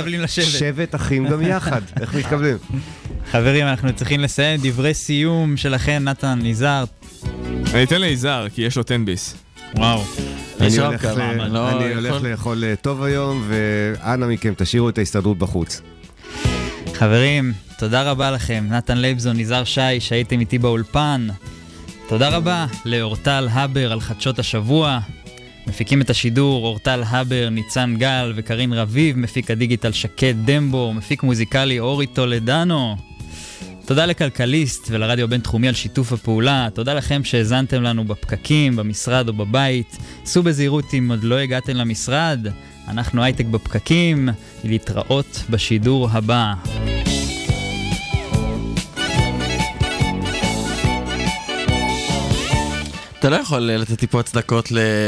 שבט אחים גם יחד. איך מתקבלים? חברים, אנחנו צריכים לסיים דברי סיום שלכם, נתן, ניזר. אני אתן ליזהר, כי יש לו 10 ביס. וואו. אני הולך לאכול טוב היום, ואנא מכם, תשאירו את ההסתדרות בחוץ. חברים, תודה רבה לכם. נתן לייבזון, ניזהר שי, שהייתם איתי באולפן. תודה רבה לאורטל הבר על חדשות השבוע. מפיקים את השידור אורטל הבר, ניצן גל וקרין רביב, מפיק הדיגיטל שקד דמבו, מפיק מוזיקלי אורי טולדנו. תודה לכלכליסט ולרדיו בינתחומי על שיתוף הפעולה. תודה לכם שהזנתם לנו בפקקים, במשרד או בבית. סעו בזהירות אם עוד לא הגעתם למשרד. אנחנו הייטק בפקקים. להתראות בשידור הבא. אתה לא יכול לתת לי פה הצדקות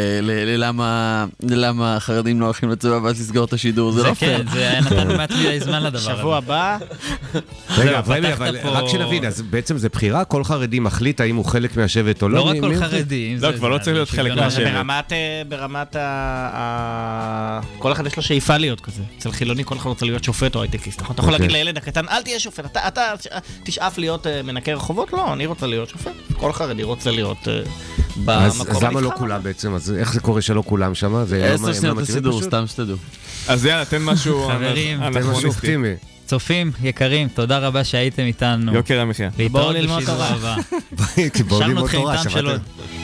ללמה החרדים לא הולכים לצבא ואז לסגור את השידור, זה לא פייר. זה היה נתנו מעט מדי זמן לדבר. שבוע הבא. רגע, אבל רק שנבין, אז בעצם זה בחירה, כל חרדי מחליט האם הוא חלק מהשבט או לא? לא רק כל חרדי. לא, כבר לא צריך להיות חלק מהשבט. ברמת כל אחד יש לו שאיפה להיות כזה. אצל חילוני כל אחד רוצה להיות שופט או הייטקיסט. אתה יכול להגיד לילד הקטן, אל תהיה שופט, אתה תשאף להיות מנקה רחובות? לא, אני רוצה להיות שופט. כל חרדי רוצה להיות... אז למה לא כולם בעצם? אז איך זה קורה שלא כולם שם? 10 שניות לסידור, סתם שתדעו. אז יאללה, תן משהו אופטימי. צופים יקרים, תודה רבה שהייתם איתנו. יוקר המחיה. להתראות בשידור הבא. בואו ללמוד תורה. שרנו אתכם איתם של עוד.